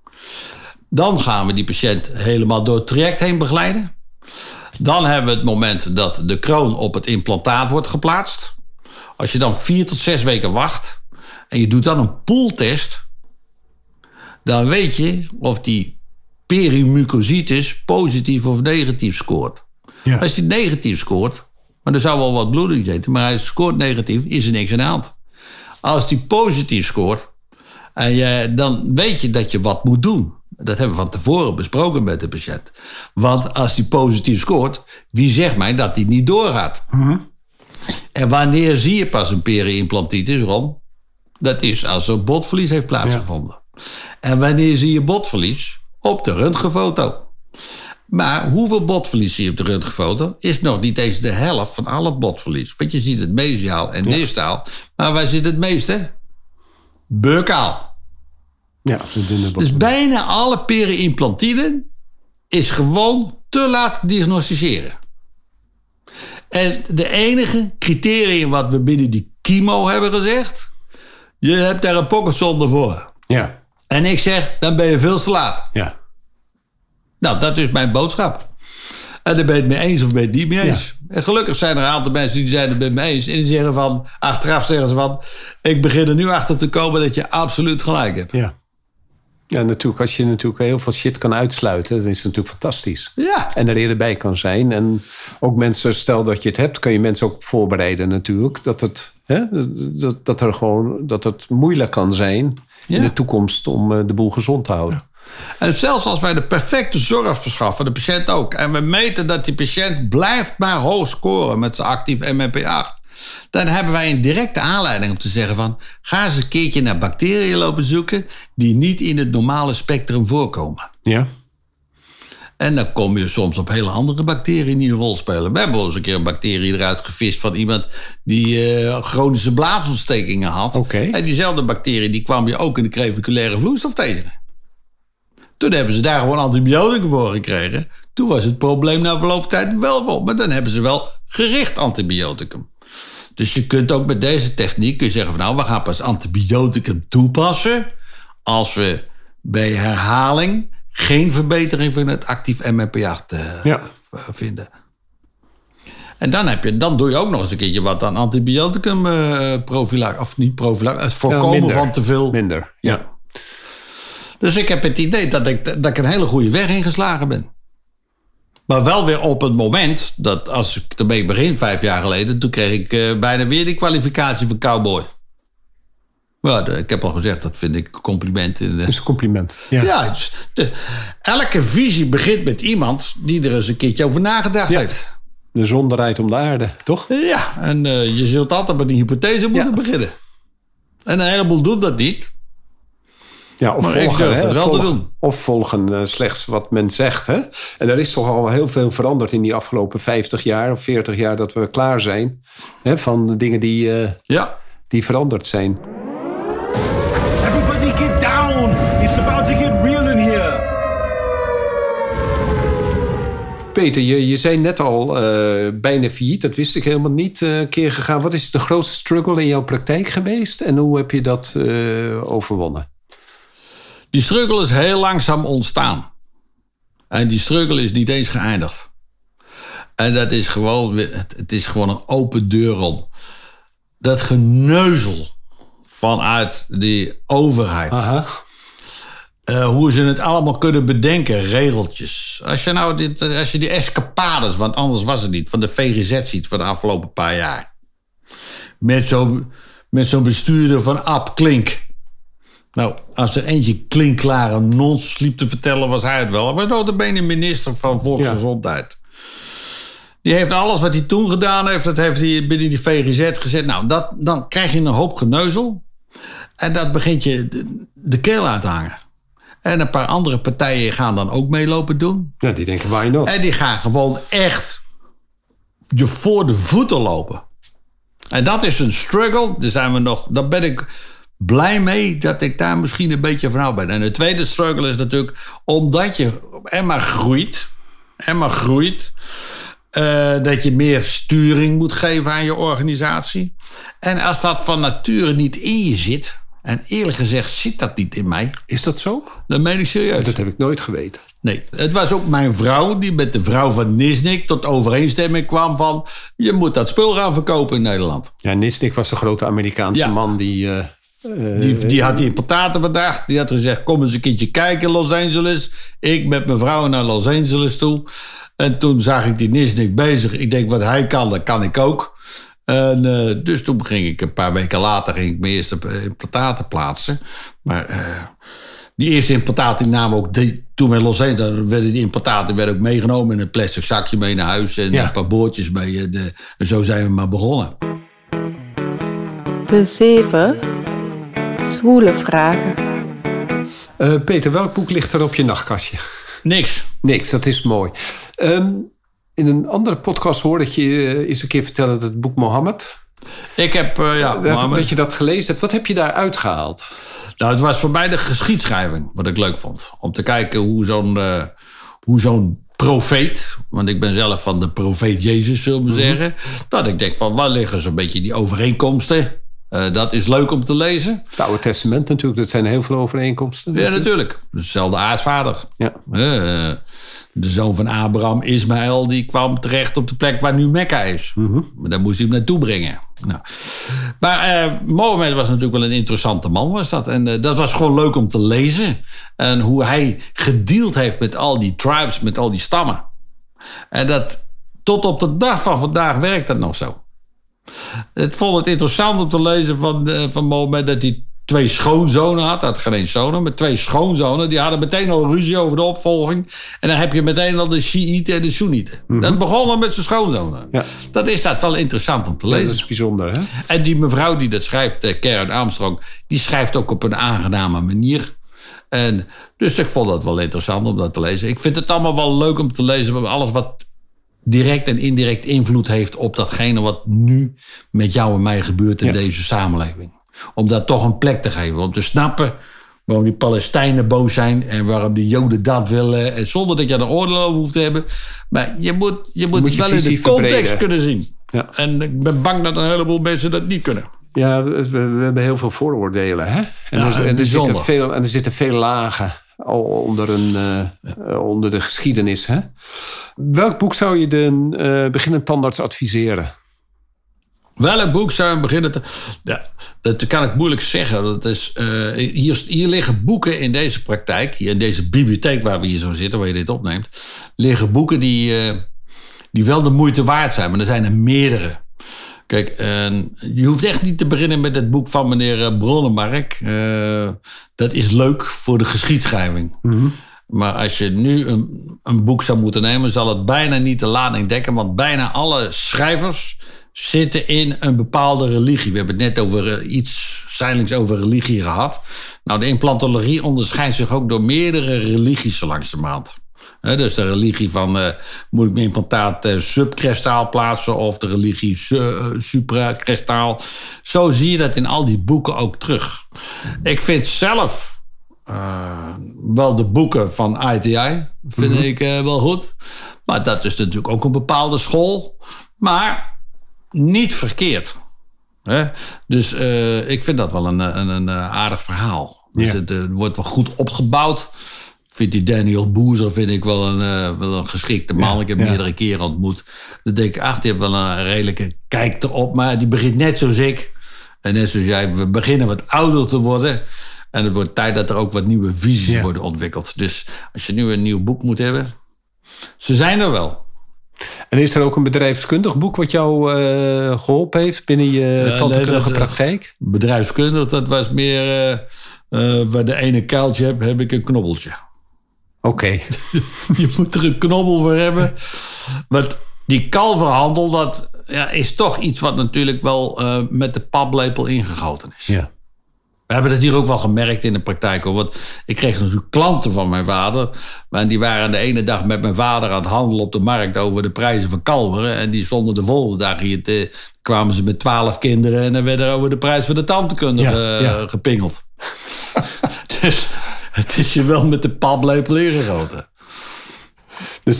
Dan gaan we die patiënt helemaal door het traject heen begeleiden. Dan hebben we het moment dat de kroon op het implantaat wordt geplaatst. Als je dan vier tot zes weken wacht en je doet dan een pooltest, dan weet je of die perimucositis positief of negatief scoort. Ja. Als hij negatief scoort, maar er zou wel wat bloeding zitten, maar hij scoort negatief, is er niks aan de hand. Als hij positief scoort, en je, dan weet je dat je wat moet doen. Dat hebben we van tevoren besproken met de patiënt. Want als hij positief scoort, wie zegt mij dat hij niet doorgaat? Mm-hmm. En wanneer zie je pas een peri-implantitis, Ron? Dat is als er botverlies heeft plaatsgevonden. Ja. En wanneer zie je botverlies? Op de röntgenfoto. Maar hoeveel botverlies zie je op de röntgenfoto? Is nog niet eens de helft van al het botverlies. Want je ziet het mesiaal en ja. distaal. Maar waar zit het meeste? Buccaal. Ja, dus bijna alle peri-implantiden is gewoon te laat diagnosticeren. En de enige criterium wat we binnen die chemo hebben gezegd, je hebt daar een pocketsonde voor. Ja. En ik zeg, dan ben je veel te laat. Ja. Nou, dat is mijn boodschap. En dan ben je het mee eens of ben je het niet mee eens. Ja. En gelukkig zijn er een aantal mensen die zijn het met me eens. En die zeggen van, achteraf zeggen ze van, ik begin er nu achter te komen dat je absoluut gelijk hebt. Ja. Ja, natuurlijk. Als je natuurlijk heel veel shit kan uitsluiten, dan is het natuurlijk fantastisch. Ja. En er eerder bij kan zijn. En ook mensen, stel dat je het hebt, kan je mensen ook voorbereiden natuurlijk. Dat het, hè, dat, dat er gewoon, dat het moeilijk kan zijn Ja. in de toekomst om de boel gezond te houden. Ja. En zelfs als wij de perfecte zorg verschaffen, de patiënt ook, en we meten dat die patiënt blijft maar hoog scoren met zijn actief M M P acht, dan hebben wij een directe aanleiding om te zeggen van, ga eens een keertje naar bacteriën lopen zoeken die niet in het normale spectrum voorkomen. Ja. En dan kom je soms op hele andere bacteriën die een rol spelen. We hebben wel eens een keer een bacterie eruit gevist van iemand die uh, chronische blaasontstekingen had. Okay. En diezelfde bacterie die kwam je ook in de creviculaire vloeistof tegen. Toen hebben ze daar gewoon antibiotica voor gekregen. Toen was het probleem na verloop van tijd wel vol. Maar dan hebben ze wel gericht antibioticum. Dus je kunt ook met deze techniek kun je zeggen van nou, we gaan pas antibioticum toepassen als we bij herhaling geen verbetering van het actief M M P acht uh, ja. vinden. En dan, heb je, dan doe je ook nog eens een keertje wat aan antibioticum uh, profilax, of niet profilax, het voorkomen ja, van te veel. Minder, ja. ja. Dus ik heb het idee dat ik, dat ik een hele goede weg ingeslagen ben. Maar wel weer op het moment dat, als ik ermee begin, vijf jaar geleden, toen kreeg ik uh, bijna weer die kwalificatie van cowboy. Ja, ik heb al gezegd, dat vind ik een compliment. Dat is een compliment. Ja, ja dus de, elke visie begint met iemand die er eens een keertje over nagedacht ja. heeft. De zon draait om de aarde, toch? Ja, en uh, je zult altijd met een hypothese moeten ja. beginnen. En een heleboel doet dat niet. Ja, of maar volgen, ik durf hè, dat wel volgen, te doen. Of volgen uh, slechts wat men zegt. Hè? En er is toch al heel veel veranderd in die afgelopen vijftig jaar of veertig jaar dat we klaar zijn. Hè, van de dingen die, uh, ja. die veranderd zijn. Everybody get down! It's about to get real in here! Peter, je, je zei net al uh, bijna failliet. Dat wist ik helemaal niet uh, een keer gegaan. Wat is de grootste struggle in jouw praktijk geweest? En hoe heb je dat uh, overwonnen? Die struggle is heel langzaam ontstaan. En die struggle is niet eens geëindigd. En dat is gewoon, het is gewoon een open deur om. Dat geneuzel vanuit die overheid. Aha. Uh, hoe ze het allemaal kunnen bedenken, regeltjes. Als je nou dit, als je die escapades, want anders was het niet, van de V G Z ziet van de afgelopen paar jaar. Met zo'n met zo'n bestuurder van Ab Klink. Nou, als er eentje klinkklare nonsens liep te vertellen, was hij het wel. Hij was notabene minister van Volksgezondheid. Ja. Die heeft alles wat hij toen gedaan heeft, dat heeft hij binnen die V G Z gezet. Nou, dat, dan krijg je een hoop geneuzel. En dat begint je de, de keel uit te hangen. En een paar andere partijen gaan dan ook meelopen doen. Ja, die denken, why not? En die gaan gewoon echt je voor de voeten lopen. En dat is een struggle. Daar zijn we nog, daar ben ik blij mee dat ik daar misschien een beetje vanaf ben. En de tweede struggle is natuurlijk, omdat je en maar groeit, en maar groeit, uh, dat je meer sturing moet geven aan je organisatie. En als dat van nature niet in je zit, en eerlijk gezegd zit dat niet in mij. Is dat zo? Dat meen ik serieus. Dat heb ik nooit geweten. Nee, het was ook mijn vrouw die met de vrouw van Nisnik tot overeenstemming kwam van, je moet dat spul gaan verkopen in Nederland. Ja, Nisnik was de grote Amerikaanse ja. man die... Uh, uh, die... Die had die importaten bedacht. Die had gezegd, kom eens een keertje kijken in Los Angeles. Ik met mijn vrouw naar Los Angeles toe. En toen zag ik die Nisnik bezig. Ik denk, wat hij kan, dat kan ik ook. En, uh, dus toen ging ik een paar weken later ging ik mijn eerste implantaten plaatsen. Maar uh, die eerste implantaten namen ook... Die, toen we in Los Angeles werden die implantaten werden ook meegenomen in een plastic zakje mee naar huis. En ja. een paar boordjes mee. De, en zo zijn we maar begonnen. De zeven zwoele vragen. Uh, Peter, welk boek ligt er op je nachtkastje? Niks. Niks, dat is mooi. Um, In een andere podcast hoorde ik je uh, eens een keer vertellen dat het boek Mohammed. Ik heb, uh, ja, uh, Mohammed. Dat je dat gelezen hebt. Wat heb je daar uitgehaald? Nou, het was voor mij de geschiedschrijving, wat ik leuk vond. Om te kijken hoe zo'n, uh, hoe zo'n profeet, want ik ben zelf van de profeet Jezus, zullen we mm-hmm. zeggen. Dat ik denk van, waar liggen zo'n beetje die overeenkomsten? Uh, dat is leuk om te lezen. Het Oude Testament natuurlijk, dat zijn heel veel overeenkomsten. Ja, natuurlijk. Dezelfde aartsvader. Ja. Uh, de zoon van Abraham, Ismaël, die kwam terecht op de plek waar nu Mekka is. Mm-hmm. Maar daar moest hij hem naartoe brengen. Nou. Maar uh, Mohammed was natuurlijk wel een interessante man, was dat. En uh, dat was gewoon leuk om te lezen. En hoe hij gedeeld heeft met al die tribes, met al die stammen. En dat tot op de dag van vandaag werkt dat nog zo. Ik vond het interessant om te lezen van, uh, van Mohammed dat hij twee schoonzonen had. Hij had geen zonen, maar twee schoonzonen. Die hadden meteen al ruzie over de opvolging. En dan heb je meteen al de Shiiten en de Soenieten. Mm-hmm. Dat begon al met zijn schoonzonen. Ja. Dat is dat wel interessant om te lezen. Ja, dat is bijzonder, hè? En die mevrouw die dat schrijft, Karen Armstrong, die schrijft ook op een aangename manier. En dus ik vond dat wel interessant om dat te lezen. Ik vind het allemaal wel leuk om te lezen. Alles wat direct en indirect invloed heeft op datgene wat nu met jou en mij gebeurt in ja. deze samenleving. Om dat toch een plek te geven. Om te snappen waarom die Palestijnen boos zijn en waarom de Joden dat willen. En zonder dat je er oordeel over hoeft te hebben. Maar je moet, je moet, moet het wel in de context verbreden. Kunnen zien. Ja. En ik ben bang dat een heleboel mensen dat niet kunnen. Ja, we, we hebben heel veel vooroordelen. Hè? En, ja, er, en, er zitten veel, en er zitten veel lagen onder, een, uh, ja. onder de geschiedenis. Hè? Welk boek zou je de uh, beginnend tandarts adviseren? Welk boek zou je beginnen te... Ja, dat kan ik moeilijk zeggen. Dat is, uh, hier, hier liggen boeken in deze praktijk, hier in deze bibliotheek waar we hier zo zitten, waar je dit opneemt, liggen boeken die, uh, die wel de moeite waard zijn, maar er zijn er meerdere. Kijk, uh, je hoeft echt niet te beginnen met het boek van meneer Bronnemark. Uh, dat is leuk voor de geschiedschrijving. Mm-hmm. Maar als je nu een, een boek zou moeten nemen, zal het bijna niet de lading dekken, want bijna alle schrijvers zitten in een bepaalde religie. We hebben het net over uh, iets zijdelings over religie gehad. Nou, de implantologie onderscheidt zich ook door meerdere religies zo langzamerhand. He, dus de religie van, uh, moet ik mijn implantaat uh, subcrestaal plaatsen of de religie su- uh, supracrestaal. Zo zie je dat in al die boeken ook terug. Ik vind zelf uh, wel de boeken van I T I, vind mm-hmm. ik uh, wel goed. Maar dat is natuurlijk ook een bepaalde school. Maar niet verkeerd. He? Dus uh, ik vind dat wel een, een, een aardig verhaal. Dus ja. het uh, wordt wel goed opgebouwd. Vind die Daniel Boozer vind ik wel een, uh, wel een geschikte man. Ja, ik heb hem ja. meerdere keren ontmoet. Dan denk ik, ach, die heeft wel een redelijke kijk erop. Maar die begint net zoals ik. En net zoals jij, we beginnen wat ouder te worden. En het wordt tijd dat er ook wat nieuwe visies ja. worden ontwikkeld. Dus als je nu een nieuw boek moet hebben, ze zijn er wel. En is er ook een bedrijfskundig boek wat jou uh, geholpen heeft binnen je uh, tandheelkundige nee, praktijk? Bedrijfskundig, dat was meer uh, uh, waar de ene kuiltje heb, heb ik een knobbeltje. Oké. Okay. Je moet er een knobbel voor hebben. Want die kalverhandel, dat ja, is toch iets wat natuurlijk wel uh, met de paplepel ingegoten is. Ja. We hebben het hier ook wel gemerkt in de praktijk. Hoor. Want ik kreeg natuurlijk klanten van mijn vader. Maar die waren de ene dag met mijn vader aan het handelen op de markt over de prijzen van kalveren. En die stonden de volgende dag hier. Te, kwamen ze met twaalf kinderen. En dan werd er over de prijs van de tandheelkunde ja, uh, ja. gepingeld. Dus het is je wel met de paplepel ingegoten. Dus,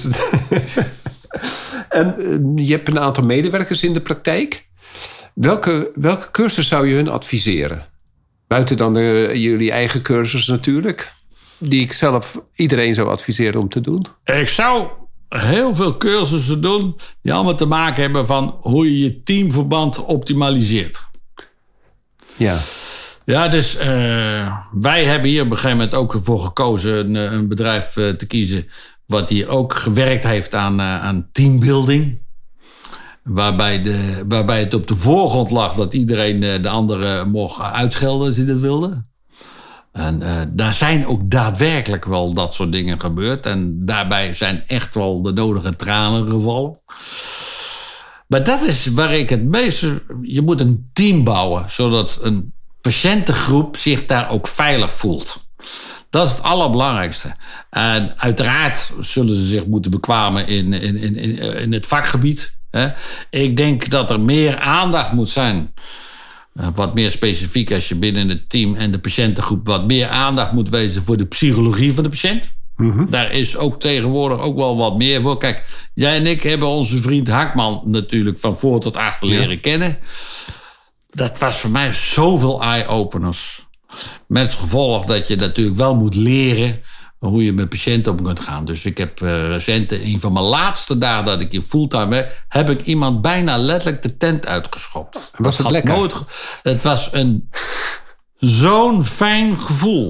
en je hebt een aantal medewerkers in de praktijk. Welke, welke cursus zou je hun adviseren? Buiten dan de, jullie eigen cursus natuurlijk. Die ik zelf iedereen zou adviseren om te doen. Ik zou heel veel cursussen doen die allemaal te maken hebben van hoe je je teamverband optimaliseert. Ja. Ja, dus uh, wij hebben hier op een gegeven moment ook ervoor gekozen een, een bedrijf uh, te kiezen wat hier ook gewerkt heeft aan, uh, aan teambuilding. Waarbij, de, waarbij het op de voorgrond lag dat iedereen de andere mocht uitschelden als hij dat wilde. En uh, daar zijn ook daadwerkelijk wel dat soort dingen gebeurd. En daarbij zijn echt wel de nodige tranen gevallen. Maar dat is waar ik het meeste... Je moet een team bouwen, zodat een patiëntengroep zich daar ook veilig voelt. Dat is het allerbelangrijkste. En uiteraard zullen ze zich moeten bekwamen in, in, in, in het vakgebied. Ik denk dat er meer aandacht moet zijn. Wat meer specifiek als je binnen het team en de patiëntengroep wat meer aandacht moet wezen voor de psychologie van de patiënt. Mm-hmm. Daar is ook tegenwoordig ook wel wat meer voor. Kijk, jij en ik hebben onze vriend Hakman natuurlijk van voor tot achter leren ja. kennen. dat was voor mij zoveel eye-openers. Met het gevolg dat je natuurlijk wel moet leren hoe je met patiënten om kunt gaan. Dus ik heb uh, recent, een van mijn laatste dagen dat ik in fulltime ben, heb ik iemand bijna letterlijk de tent uitgeschopt. Was het lekker? Nooit, het was een zo'n fijn gevoel.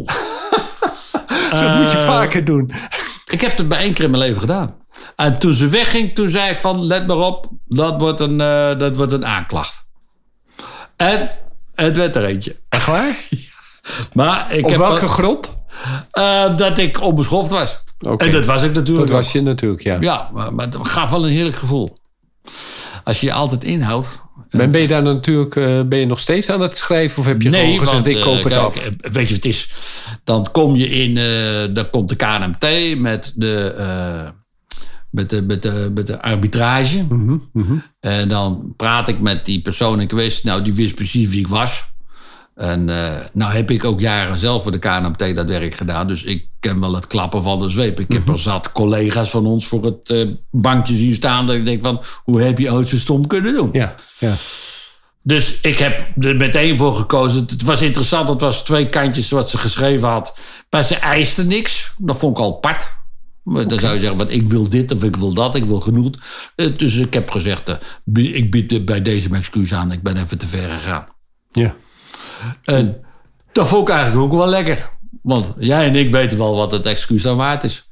Dat uh, moet je vaker doen. Ik heb het bij één keer in mijn leven gedaan. En toen ze wegging, toen zei ik van, let maar op, dat wordt een, uh, dat wordt een aanklacht. En het werd er eentje. Echt waar? Ja. Maar ik Op heb welke uh, grond? Uh, dat ik onbeschoft was. Okay. En dat was ik natuurlijk. Dat was je natuurlijk, ja. Ja, maar, maar het gaf wel een heerlijk gevoel. Als je je altijd inhoudt. Ben, ben je daar natuurlijk uh, ben je nog steeds aan het schrijven? Of heb je nee, gewoon gezegd, want, ik koop uh, het kijk, af? Weet je wat het is? Dan kom je in, uh, dan komt de K N M T met de, uh, met de, met de, met de arbitrage. Mm-hmm, mm-hmm. En dan praat ik met die persoon in kwestie. Nou, die wist precies wie ik was. En uh, nou heb ik ook jaren zelf voor de K N M T dat werk gedaan. Dus ik ken wel het klappen van de zweep. Ik heb Mm-hmm. er zat collega's van ons voor het uh, bankje zien staan. Dat ik denk van, hoe heb je ooit zo stom kunnen doen? Ja, ja. Dus ik heb er meteen voor gekozen. Het was interessant, het was twee kantjes wat ze geschreven had. Maar ze eiste niks. Dat vond ik al apart. Maar dan zou je zeggen, wat, ik wil dit of ik wil dat, ik wil genoeg. Dus ik heb gezegd, uh, ik bied bij deze mijn excuus aan. Ik ben even te ver gegaan. Ja. En dat vond ik eigenlijk ook wel lekker. Want jij en ik weten wel wat het excuus dan waard is.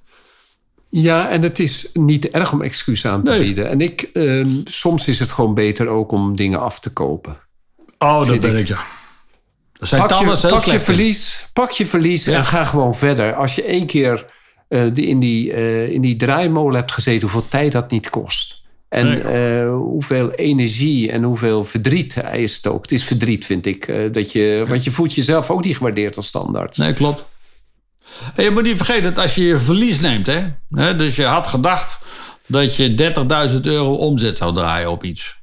Ja, en het is niet erg om excuus aan te Nee. bieden. En ik, uh, soms is het gewoon beter ook om dingen af te kopen. Oh, dat ben ik. ik, ja. Dat zijn Pak je, tandarts heel pak je slecht in. verlies, pak je verlies Ja. en ga gewoon verder. Als je één keer uh, die in, die, uh, in die draaimolen hebt gezeten, hoeveel tijd dat niet kost. En Nee. uh, hoeveel energie en hoeveel verdriet eist het ook. Het is verdriet, vind ik. Uh, dat je, want je voelt jezelf ook niet gewaardeerd als standaard. Nee, klopt. En je moet niet vergeten dat als je je verlies neemt... Hè, hè, dus je had gedacht dat je dertigduizend euro omzet zou draaien op iets.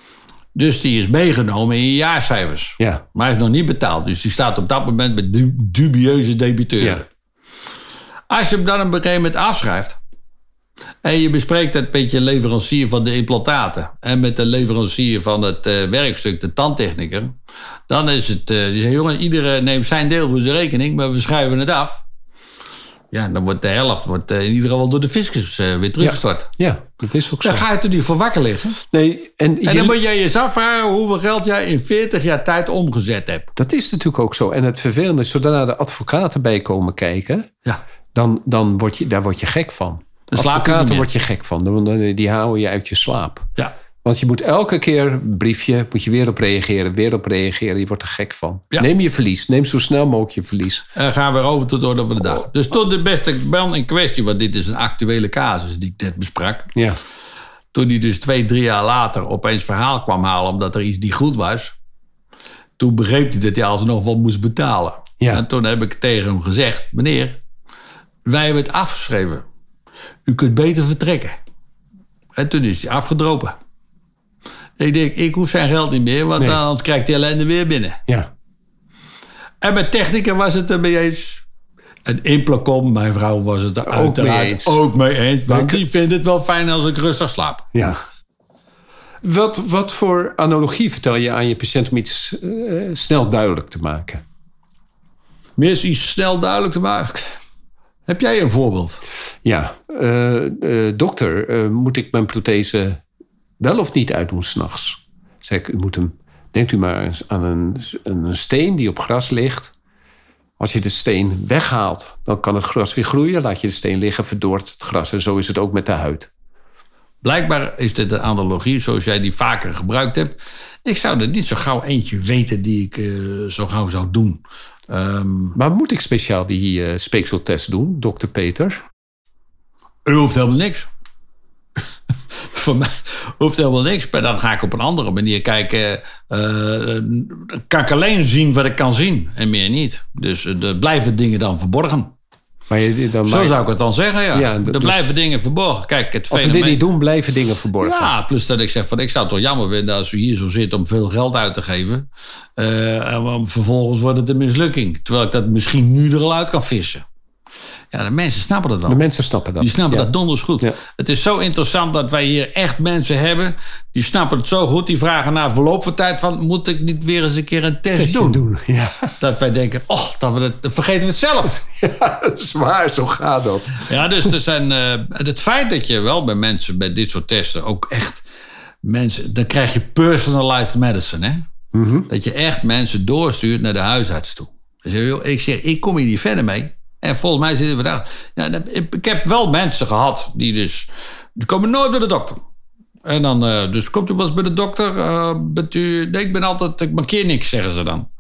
Dus die is meegenomen in je jaarcijfers. Ja. Maar hij is nog niet betaald. Dus die staat op dat moment met du- dubieuze debiteuren. Ja. Als je hem dan op een gegeven moment afschrijft... en je bespreekt het met je leverancier van de implantaten... en met de leverancier van het uh, werkstuk, de tandtechniker... dan is het... Uh, die zegt, jongen, iedereen neemt zijn deel voor zijn rekening... maar we schrijven het af. Ja, dan wordt de helft wordt, uh, in ieder geval door de fiscus uh, weer teruggestort. Ja, ja, dat is ook zo. Dan ga je er niet voor wakker liggen. Nee, en En je- dan moet jij je afvragen hoeveel geld jij in veertig jaar tijd omgezet hebt. Dat is natuurlijk ook zo. En het vervelende is, zodra de advocaten bij komen kijken... Ja. dan, dan word je, daar word je gek van. Dan slaap je niet Advocaten meer. word je gek van. Dan- Die houden je uit je slaap. Ja. Want je moet elke keer, briefje, moet je weer op reageren, weer op reageren. Je wordt er gek van. Ja. Neem je verlies. Neem zo snel mogelijk je verlies. En gaan we weer over tot de orde van de dag. Dus tot de beste man in kwestie, want dit is een actuele casus die ik net besprak. Ja. Toen hij dus twee, drie jaar later opeens verhaal kwam halen omdat er iets niet goed was. Toen begreep hij dat hij alsnog wat moest betalen. Ja. En toen heb ik tegen hem gezegd, meneer, wij hebben het afgeschreven. U kunt beter vertrekken. En toen is hij afgedropen. Ik denk, ik hoef zijn geld niet meer, want Nee. dan anders krijgt die ellende weer binnen. Ja. En met technica was het er mee eens. En Implacom, mijn vrouw, was het er mee uiteraard eens. ook mee eens. Want Ik- die vindt het wel fijn als ik rustig slaap. Ja. Wat, wat voor analogie vertel je aan je patiënt om iets uh, snel duidelijk te maken? Meer is iets snel duidelijk te maken. Heb jij een voorbeeld? Ja, uh, uh, dokter, uh, moet ik mijn prothese wel of niet uitdoen s'nachts? Zeg ik, u moet hem, denkt u maar eens aan een, een steen die op gras ligt. Als je de steen weghaalt, dan kan het gras weer groeien. Laat je de steen liggen, verdort het gras. En zo is het ook met de huid. Blijkbaar is dit een analogie zoals jij die vaker gebruikt hebt. Ik zou er niet zo gauw eentje weten die ik uh, zo gauw zou doen. Um, Maar moet ik speciaal die uh, speekseltest doen, dokter Peter? U hoeft helemaal niks. Voor mij hoeft helemaal niks. Maar dan ga ik op een andere manier kijken. Uh, kan ik alleen zien wat ik kan zien en meer niet. Dus uh, er blijven dingen dan verborgen. Maar je, dan Zo maar, zou ik het dan zeggen, ja. Ja, er dus- blijven dingen verborgen. Kijk, het als we fenomeen... dit niet doen, blijven dingen verborgen. Ja, plus dat ik zeg van ik zou het toch jammer vinden als u hier zo zit om veel geld uit te geven. Uh, en vervolgens wordt het een mislukking. Terwijl ik dat misschien nu er al uit kan vissen. Ja, de mensen snappen dat wel. De mensen snappen dat. Die snappen ja. dat donders goed. Ja. Het is zo interessant dat wij hier echt mensen hebben. Die snappen het zo goed. Die vragen na verloop van tijd van... moet ik niet weer eens een keer een test Testje doen? doen, ja. Dat wij denken, oh, dat we het, dan vergeten we het zelf. Ja, dat is waar, zo gaat dat. Ja, dus er zijn, uh, het feit dat je wel bij mensen... bij dit soort testen ook echt... mensen, dan krijg je personalized medicine, hè? Mm-hmm. Dat je echt mensen doorstuurt naar de huisarts toe. Dus ik zeg, ik kom hier niet verder mee. En volgens mij zitten we daar. Ja, ik heb wel mensen gehad die dus. Die komen nooit bij de dokter. En dan, uh, dus komt u wel eens bij de dokter? Uh, bent u, nee, ik ben altijd. Ik markeer niks, zeggen ze dan.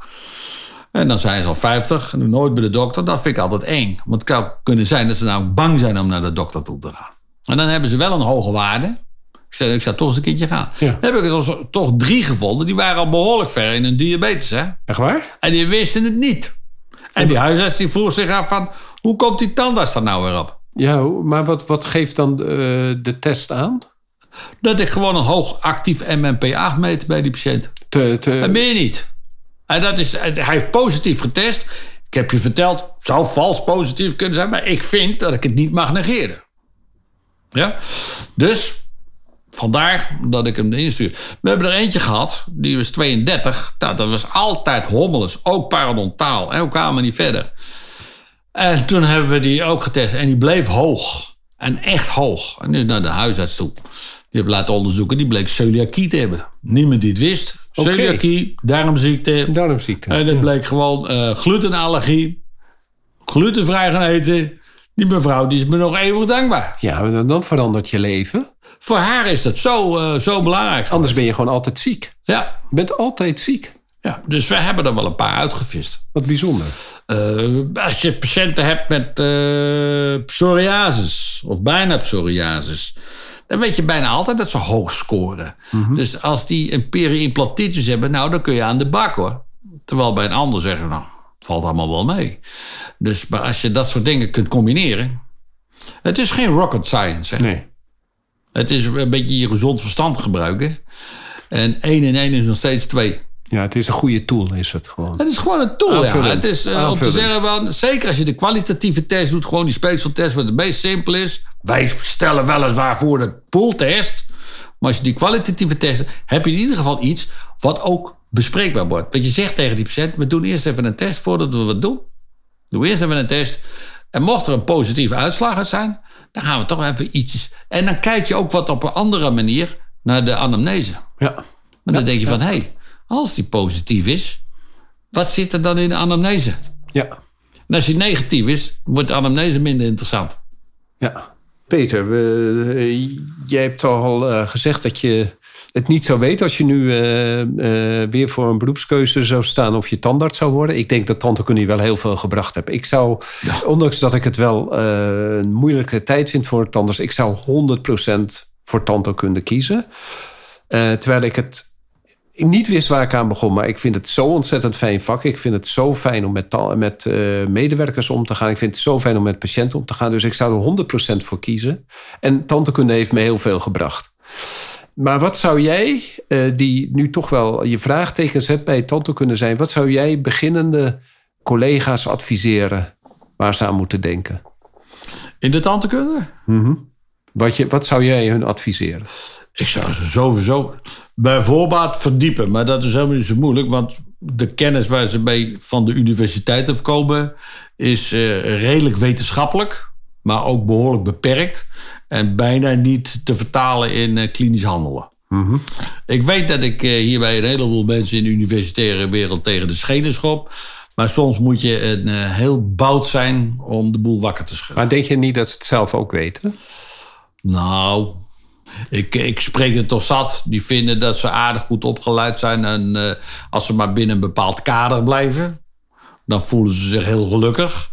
En dan zijn ze al vijftig en nooit bij de dokter. Dat vind ik altijd eng. Want het kan kunnen zijn dat ze nou bang zijn om naar de dokter toe te gaan. En dan hebben ze wel een hoge waarde. Ik zei, ik zou toch eens een keertje gaan. Ja. Dan heb ik er toch drie gevonden. Die waren al behoorlijk ver in hun diabetes. Hè? Echt waar? En die wisten het niet. En die huisarts die vroeg zich af van... hoe komt die tandarts er nou weer op? Ja, maar wat, wat geeft dan de, de test aan? Dat ik gewoon een hoog actief M M P acht meet bij die patiënt. Te, te... Dat ben je niet. En dat is, hij heeft positief getest. Ik heb je verteld, het zou vals positief kunnen zijn... maar ik vind dat ik het niet mag negeren. Ja? Dus... vandaar dat ik hem instuur. We hebben er eentje gehad, die was tweeëndertig. Nou, dat was altijd hommeles, ook parodontaal. En we kwamen niet verder. En toen hebben we die ook getest. En die bleef hoog. En echt hoog. En nu naar de huisarts toe. Die heb laten onderzoeken, die bleek celiakie te hebben. Niemand die het wist. Okay. Celiakie, darmziekte. Darmziekte. En het ja. bleek gewoon uh, glutenallergie. Glutenvrij gaan eten. Die mevrouw die is me nog eeuwig dankbaar. Ja, maar dan verandert je leven. Voor haar is dat zo, uh, zo belangrijk. Anders ben je gewoon altijd ziek. Ja. Je bent altijd ziek. Ja, dus we hebben er wel een paar uitgevist. Wat bijzonder. Uh, als je patiënten hebt met uh, psoriasis of bijna psoriasis... dan weet je bijna altijd dat ze hoog scoren. Mm-hmm. Dus als die een peri-implantitis hebben... nou, dan kun je aan de bak, hoor. Terwijl bij een ander zeggen, nou, valt allemaal wel mee. Dus maar als je dat soort dingen kunt combineren... het is geen rocket science, hè? Nee. Het is een beetje je gezond verstand gebruiken. En één en één is nog steeds twee. Ja, het is een goede tool, is het gewoon. Het is gewoon een tool, Aanvullend. ja. Het is uh, om te zeggen, van, zeker als je de kwalitatieve test doet... gewoon die speekseltest, wat het meest simpel is. Wij stellen weliswaar voor de pooltest. Maar als je die kwalitatieve test... heb je in ieder geval iets wat ook bespreekbaar wordt. Want je zegt tegen die patiënt... we doen eerst even een test voordat we wat doen. Doe eerst even een test. En mocht er een positieve uitslag uit zijn... dan gaan we toch even ietsjes... En dan kijk je ook wat op een andere manier naar de anamnese. Ja. Maar dan ja, denk je ja. van, hé, hey, als die positief is... wat zit er dan in de anamnese? Ja. En als die negatief is, wordt de anamnese minder interessant. Ja. Peter, uh, jij hebt al uh, gezegd dat je het niet zou weten... als je nu uh, uh, weer voor een beroepskeuze zou staan... of je tandarts zou worden. Ik denk dat tandheelkunde wel heel veel gebracht heeft. Ik zou, ja. ondanks dat ik het wel uh, een moeilijke tijd vind voor tandarts... ik zou honderd procent voor tandheelkunde kiezen. Uh, terwijl ik het niet wist waar ik aan begon... maar ik vind het zo ontzettend fijn vak. Ik vind het zo fijn om met, ta- met uh, medewerkers om te gaan. Ik vind het zo fijn om met patiënten om te gaan. Dus ik zou er honderd procent voor kiezen. En tandheelkunde heeft me heel veel gebracht. Maar wat zou jij, uh, die nu toch wel je vraagtekens hebt bij tandheelkunde zijn... wat zou jij beginnende collega's adviseren waar ze aan moeten denken? In de tandheelkunde? Mm-hmm. Wat, je, wat zou jij hun adviseren? Ik zou ze sowieso bij voorbaat verdiepen. Maar dat is helemaal niet zo moeilijk. Want de kennis waar ze bij van de universiteit afkomen... is uh, redelijk wetenschappelijk. Maar ook behoorlijk beperkt. En bijna niet te vertalen in uh, klinisch handelen. Mm-hmm. Ik weet dat ik uh, hier bij een heleboel mensen in de universitaire wereld... tegen de schenen schop. Maar soms moet je een uh, heel bout zijn om de boel wakker te schudden. Maar denk je niet dat ze het zelf ook weten? Nou... Ik, ik spreek het toch zat. Die vinden dat ze aardig goed opgeleid zijn. En uh, als ze maar binnen een bepaald kader blijven... dan voelen ze zich heel gelukkig.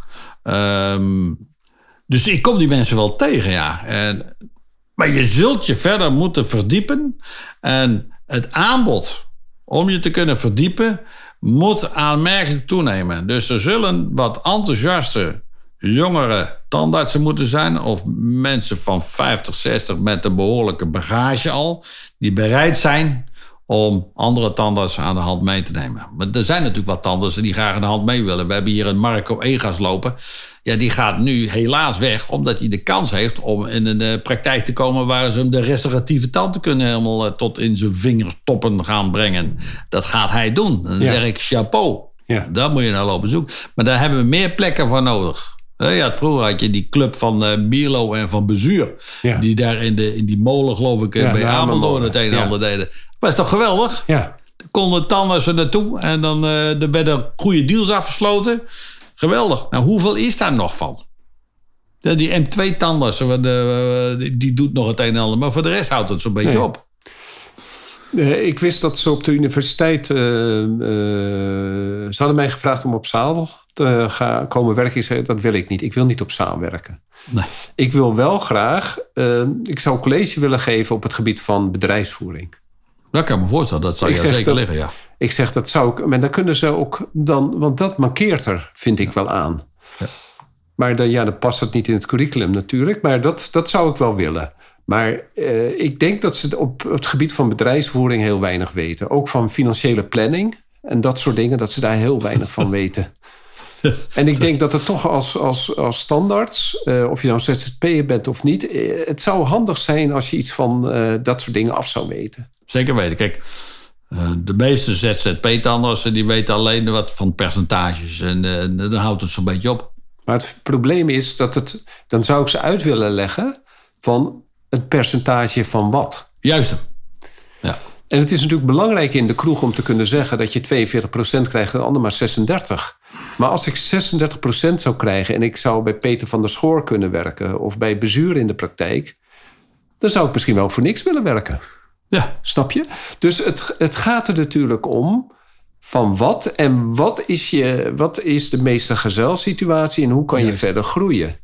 Um, dus ik kom die mensen wel tegen, ja. En, maar je zult je verder moeten verdiepen. En het aanbod om je te kunnen verdiepen... moet aanmerkelijk toenemen. Dus er zullen wat enthousiaste... jongere tandartsen moeten zijn... of mensen van vijftig, zestig met een behoorlijke bagage al... die bereid zijn om andere tandartsen aan de hand mee te nemen. Maar er zijn natuurlijk wat tandartsen die graag aan de hand mee willen. We hebben hier een Marco Egas lopen. Ja, die gaat nu helaas weg, omdat hij de kans heeft om in een uh, praktijk te komen waar ze hem de restauratieve tanden kunnen helemaal uh, tot in zijn vingertoppen gaan brengen. Dat gaat hij doen. Dan ja. zeg ik chapeau. Ja. Daar moet je naar lopen zoeken. Maar daar hebben we meer plekken voor nodig. Ja, vroeger had je die club van uh, Mierlo en van Bezuur. Ja. Die daar in, de, in die molen, geloof ik, ja, bij Apeldoorn het een en ja. ander deden. Dat is toch geweldig? Ja. Dan konden tandartsen naartoe en dan uh, er werden goede deals afgesloten. Geweldig. Nou, hoeveel is daar nog van? Die M twee tandartsen, die, die doet nog het een en ander. Maar voor de rest houdt het zo'n beetje nee. op. Uh, ik wist dat ze op de universiteit... Uh, uh, ze hadden mij gevraagd om op zaal te gaan komen werken. Ik zei, dat wil ik niet. Ik wil niet op zaal werken. Nee. Ik wil wel graag... Uh, ik zou een college willen geven op het gebied van bedrijfsvoering. Dat kan ik me voorstellen. Dat zou je zeker dat, liggen, ja. Ik zeg, dat zou ik... Maar dan kunnen ze ook dan... Want dat mankeert er, vind ik ja. wel aan. Ja. Maar dan, ja, dan past het niet in het curriculum natuurlijk. Maar dat, dat zou ik wel willen. Maar uh, ik denk dat ze op het gebied van bedrijfsvoering heel weinig weten. Ook van financiële planning en dat soort dingen. Dat ze daar heel weinig van weten. En ik denk dat het toch als, als, als standaards... Uh, of je nou Z Z P'er bent of niet... Uh, het zou handig zijn als je iets van uh, dat soort dingen af zou weten. Zeker weten. Kijk, uh, de meeste Z Z P-tandartsen... die weten alleen wat van percentages. En uh, dan houdt het zo'n beetje op. Maar het probleem is dat het... Dan zou ik ze uit willen leggen van het percentage van wat. Juist. Ja. En het is natuurlijk belangrijk in de kroeg om te kunnen zeggen... dat je tweeënveertig procent krijgt en de ander maar zesendertig. Maar als ik zesendertig procent zou krijgen... en ik zou bij Peter van der Schoor kunnen werken... of bij Bezuur in de praktijk... dan zou ik misschien wel voor niks willen werken. Ja. Snap je? Dus het, het gaat er natuurlijk om van wat... en wat is, je, wat is de meeste gezelsituatie... en hoe kan Juist. je verder groeien.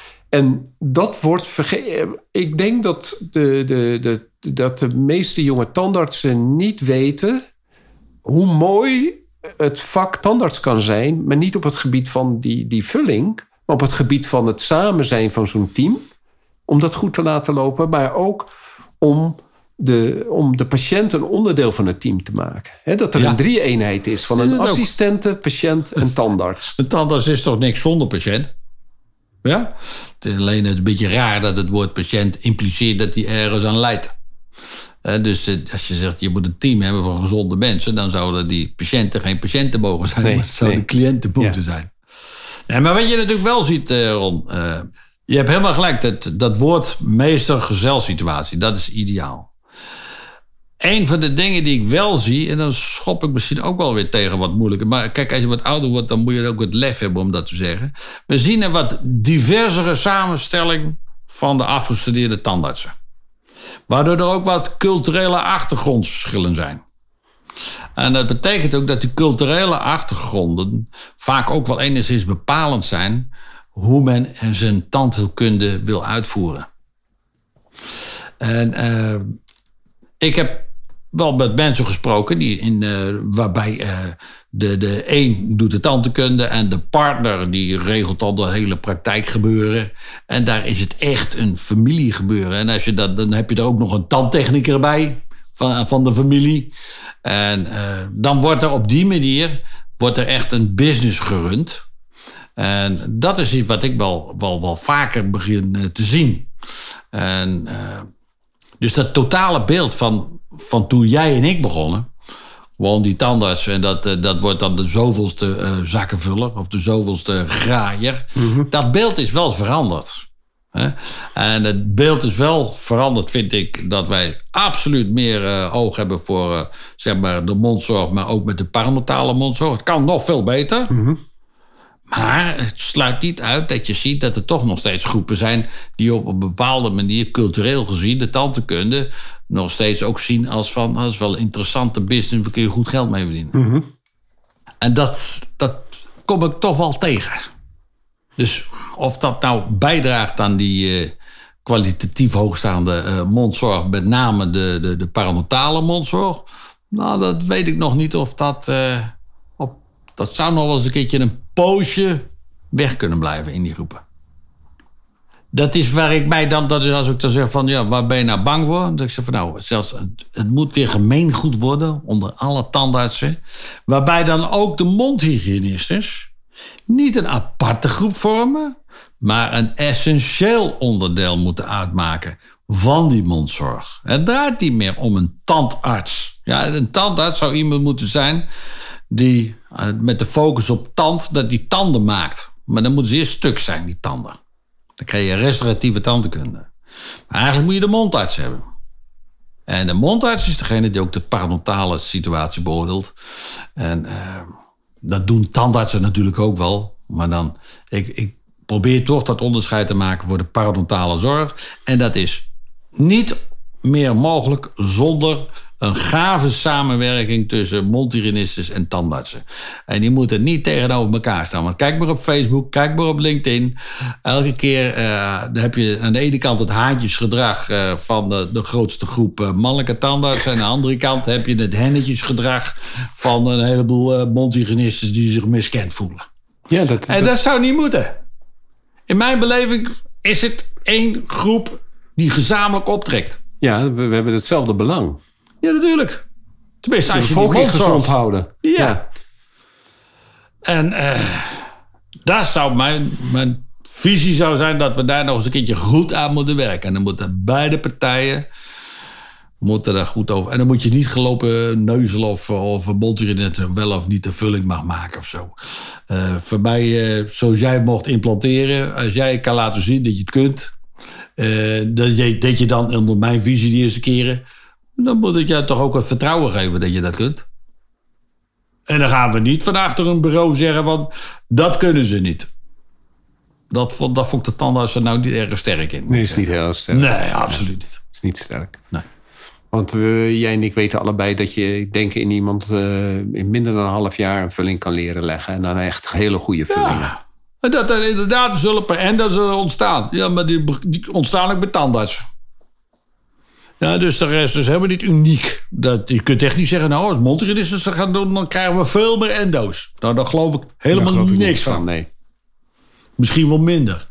En dat wordt vergeten. Ik denk dat de, de, de, dat de meeste jonge tandartsen niet weten... hoe mooi het vak tandarts kan zijn... maar niet op het gebied van die, die vulling... maar op het gebied van het samen zijn van zo'n team... om dat goed te laten lopen... maar ook om de, om de patiënt een onderdeel van het team te maken. He, dat er ja. een drie-eenheid is van een assistente, patiënt en tandarts. Een tandarts is toch niks zonder patiënt? Ja? Het is alleen een beetje raar dat het woord patiënt impliceert... dat hij ergens aan lijdt. Dus als je zegt, je moet een team hebben van gezonde mensen... dan zouden die patiënten geen patiënten mogen zijn... nee, maar het zouden nee. cliënten moeten ja. zijn. Nee, maar wat je natuurlijk wel ziet, Ron... Uh, je hebt helemaal gelijk, dat, dat woord meester-gezelsituatie... dat is ideaal. Een van de dingen die ik wel zie... en dan schop ik misschien ook wel weer tegen wat moeilijker... maar kijk, als je wat ouder wordt... dan moet je ook het lef hebben om dat te zeggen. We zien een wat diversere samenstelling... van de afgestudeerde tandartsen. Waardoor er ook wat culturele achtergrondverschillen zijn. En dat betekent ook dat die culturele achtergronden... vaak ook wel enigszins bepalend zijn... hoe men zijn tandheelkunde wil uitvoeren. En uh, ik heb wel met mensen gesproken... Die in, uh, waarbij uh, de, de een doet de tandheelkunde... en de partner die regelt al de hele praktijk gebeuren. En daar is het echt een familiegebeuren. En als je dat, dan heb je er ook nog een tandtechniker bij... van, van de familie. En uh, dan wordt er op die manier... wordt er echt een business gerund... En dat is iets wat ik wel, wel, wel vaker begin te zien. En, uh, dus dat totale beeld van, van toen jij en ik begonnen... gewoon die tandarts, en dat, uh, dat wordt dan de zoveelste uh, zakkenvuller... of de zoveelste graaier. Mm-hmm. Dat beeld is wel veranderd. Hè? En het beeld is wel veranderd, vind ik... dat wij absoluut meer uh, oog hebben voor uh, zeg maar de mondzorg... maar ook met de paranatale mondzorg. Het kan nog veel beter... Mm-hmm. Maar het sluit niet uit dat je ziet dat er toch nog steeds groepen zijn... die op een bepaalde manier, cultureel gezien, de tandheelkunde... nog steeds ook zien als van, dat is wel een interessante business... daar kun je goed geld mee verdienen. Mm-hmm. En dat, dat kom ik toch wel tegen. Dus of dat nou bijdraagt aan die uh, kwalitatief hoogstaande uh, mondzorg... met name de, de, de paranatale mondzorg... nou, dat weet ik nog niet of dat... Uh, op, dat zou nog wel eens een keertje een poosje weg kunnen blijven in die groepen. dat is waar ik mij dan, dat is als ik dan zeg van, ja, waar ben je nou bang voor? Dat ik zeg van, nou, zelfs, het, het moet weer gemeengoed worden onder alle tandartsen. Waarbij dan ook de mondhygiënistes niet een aparte groep vormen, maar een essentieel onderdeel moeten uitmaken van die mondzorg. Het draait niet meer om een tandarts. Ja, een tandarts zou iemand moeten zijn die met de focus op tand, dat die tanden maakt. Maar dan moeten ze eerst stuk zijn, die tanden. Dan krijg je restauratieve tandheelkunde. Maar eigenlijk moet je de mondarts hebben. En de mondarts is degene die ook de parodontale situatie beoordeelt. En uh, dat doen tandartsen natuurlijk ook wel. Maar dan, ik, ik probeer toch dat onderscheid te maken voor de parodontale zorg. En dat is niet meer mogelijk zonder een gave samenwerking tussen mondhygiënistes en tandartsen. En die moeten niet tegenover elkaar staan. Want kijk maar op Facebook, kijk maar op LinkedIn. Elke keer uh, dan heb je aan de ene kant het haantjesgedrag uh, van de, de grootste groep uh, mannelijke tandartsen. En aan de andere kant heb je het hennetjesgedrag van een heleboel uh, mondhygiënistes die zich miskend voelen. Ja, dat, en dat... dat zou niet moeten. In mijn beleving is het één groep die gezamenlijk optrekt. Ja, we, we hebben hetzelfde belang. Ja, natuurlijk. Tenminste, als de je die mond gezond houden. Ja. ja. En uh, daar zou mijn, mijn visie zou zijn dat we daar nog eens een keertje goed aan moeten werken. En dan moeten beide partijen moeten daar goed over. En dan moet je niet gelopen neuzelen of, of een mondhygiënist wel of niet de vulling mag maken of zo. Uh, voor mij, uh, zoals jij mocht implanteren, als jij kan laten zien dat je het kunt, uh, dat, je, dat je dan onder mijn visie die eerste keren, dan moet ik jou toch ook het vertrouwen geven dat je dat kunt. En dan gaan we niet van achter een bureau zeggen van, dat kunnen ze niet. Dat vond, dat vond ik de tandartsen nou niet erg sterk in. Nee, is niet heel sterk. Nee, absoluut niet. Is niet sterk. Nee. Want we, jij en ik weten allebei dat je denken in iemand uh, in minder dan een half jaar een vulling kan leren leggen. En dan echt hele goede vullingen. Ja. En dat er inderdaad zullen per en dat zullen ontstaan. Ja, maar die, die ontstaan ook bij tandartsen. Ja, dus de rest is helemaal niet uniek. Dat, je kunt echt niet zeggen, nou, als mondhygiënisten dat gaan doen, dan krijgen we veel meer endo's. Nou, daar geloof ik helemaal geloof ik niks van. van. Nee. Misschien wel minder.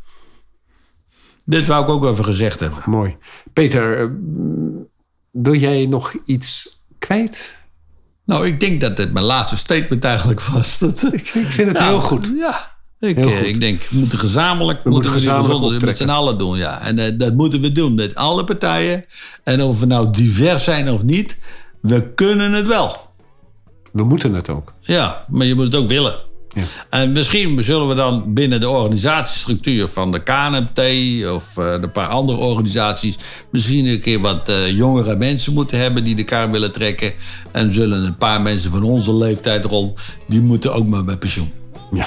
Dit wou ik ook even gezegd hebben. Mooi. Peter, uh, wil jij nog iets kwijt? Nou, ik denk dat dit mijn laatste statement eigenlijk was. Dat, ik, ik vind het nou, heel goed. Ja. Ik, Heel goed. ik denk, we moeten gezamenlijk, we moeten moeten we gezamenlijk gezond, met z'n allen doen. Ja. En uh, dat moeten we doen met alle partijen. En of we nou divers zijn of niet, we kunnen het wel. We moeten het ook. Ja, maar je moet het ook willen. Ja. En misschien zullen we dan binnen de organisatiestructuur van de K N M T of uh, een paar andere organisaties misschien een keer wat uh, jongere mensen moeten hebben die de kar willen trekken. En zullen een paar mensen van onze leeftijd rond, die moeten ook maar bij pensioen. Ja.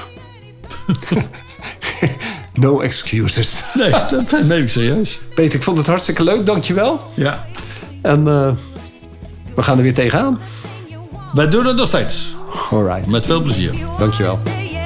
No excuses. Nee, dat meen ik serieus. Peter, ik vond het hartstikke leuk, dankjewel. Ja. En uh, we gaan er weer tegenaan. Wij doen het nog steeds. Alright. Met veel plezier. Dankjewel.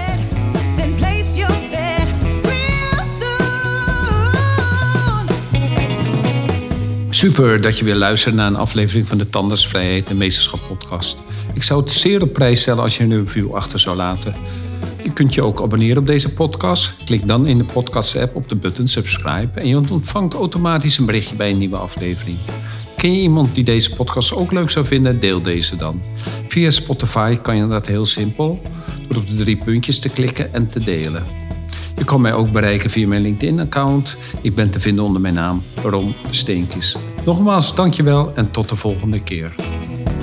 Super dat je weer luistert naar een aflevering van de Tandartsvrijheid en Meesterschap podcast. Ik zou het zeer op prijs stellen als je een review achter zou laten. Je kunt je ook abonneren op deze podcast. Klik dan in de podcast-app op de button subscribe en je ontvangt automatisch een berichtje bij een nieuwe aflevering. Ken je iemand die deze podcast ook leuk zou vinden? Deel deze dan. Via Spotify kan je dat heel simpel door op de drie puntjes te klikken en te delen. Je kan mij ook bereiken via mijn LinkedIn-account. Ik ben te vinden onder mijn naam Ron Steenkis. Nogmaals, dankjewel en tot de volgende keer.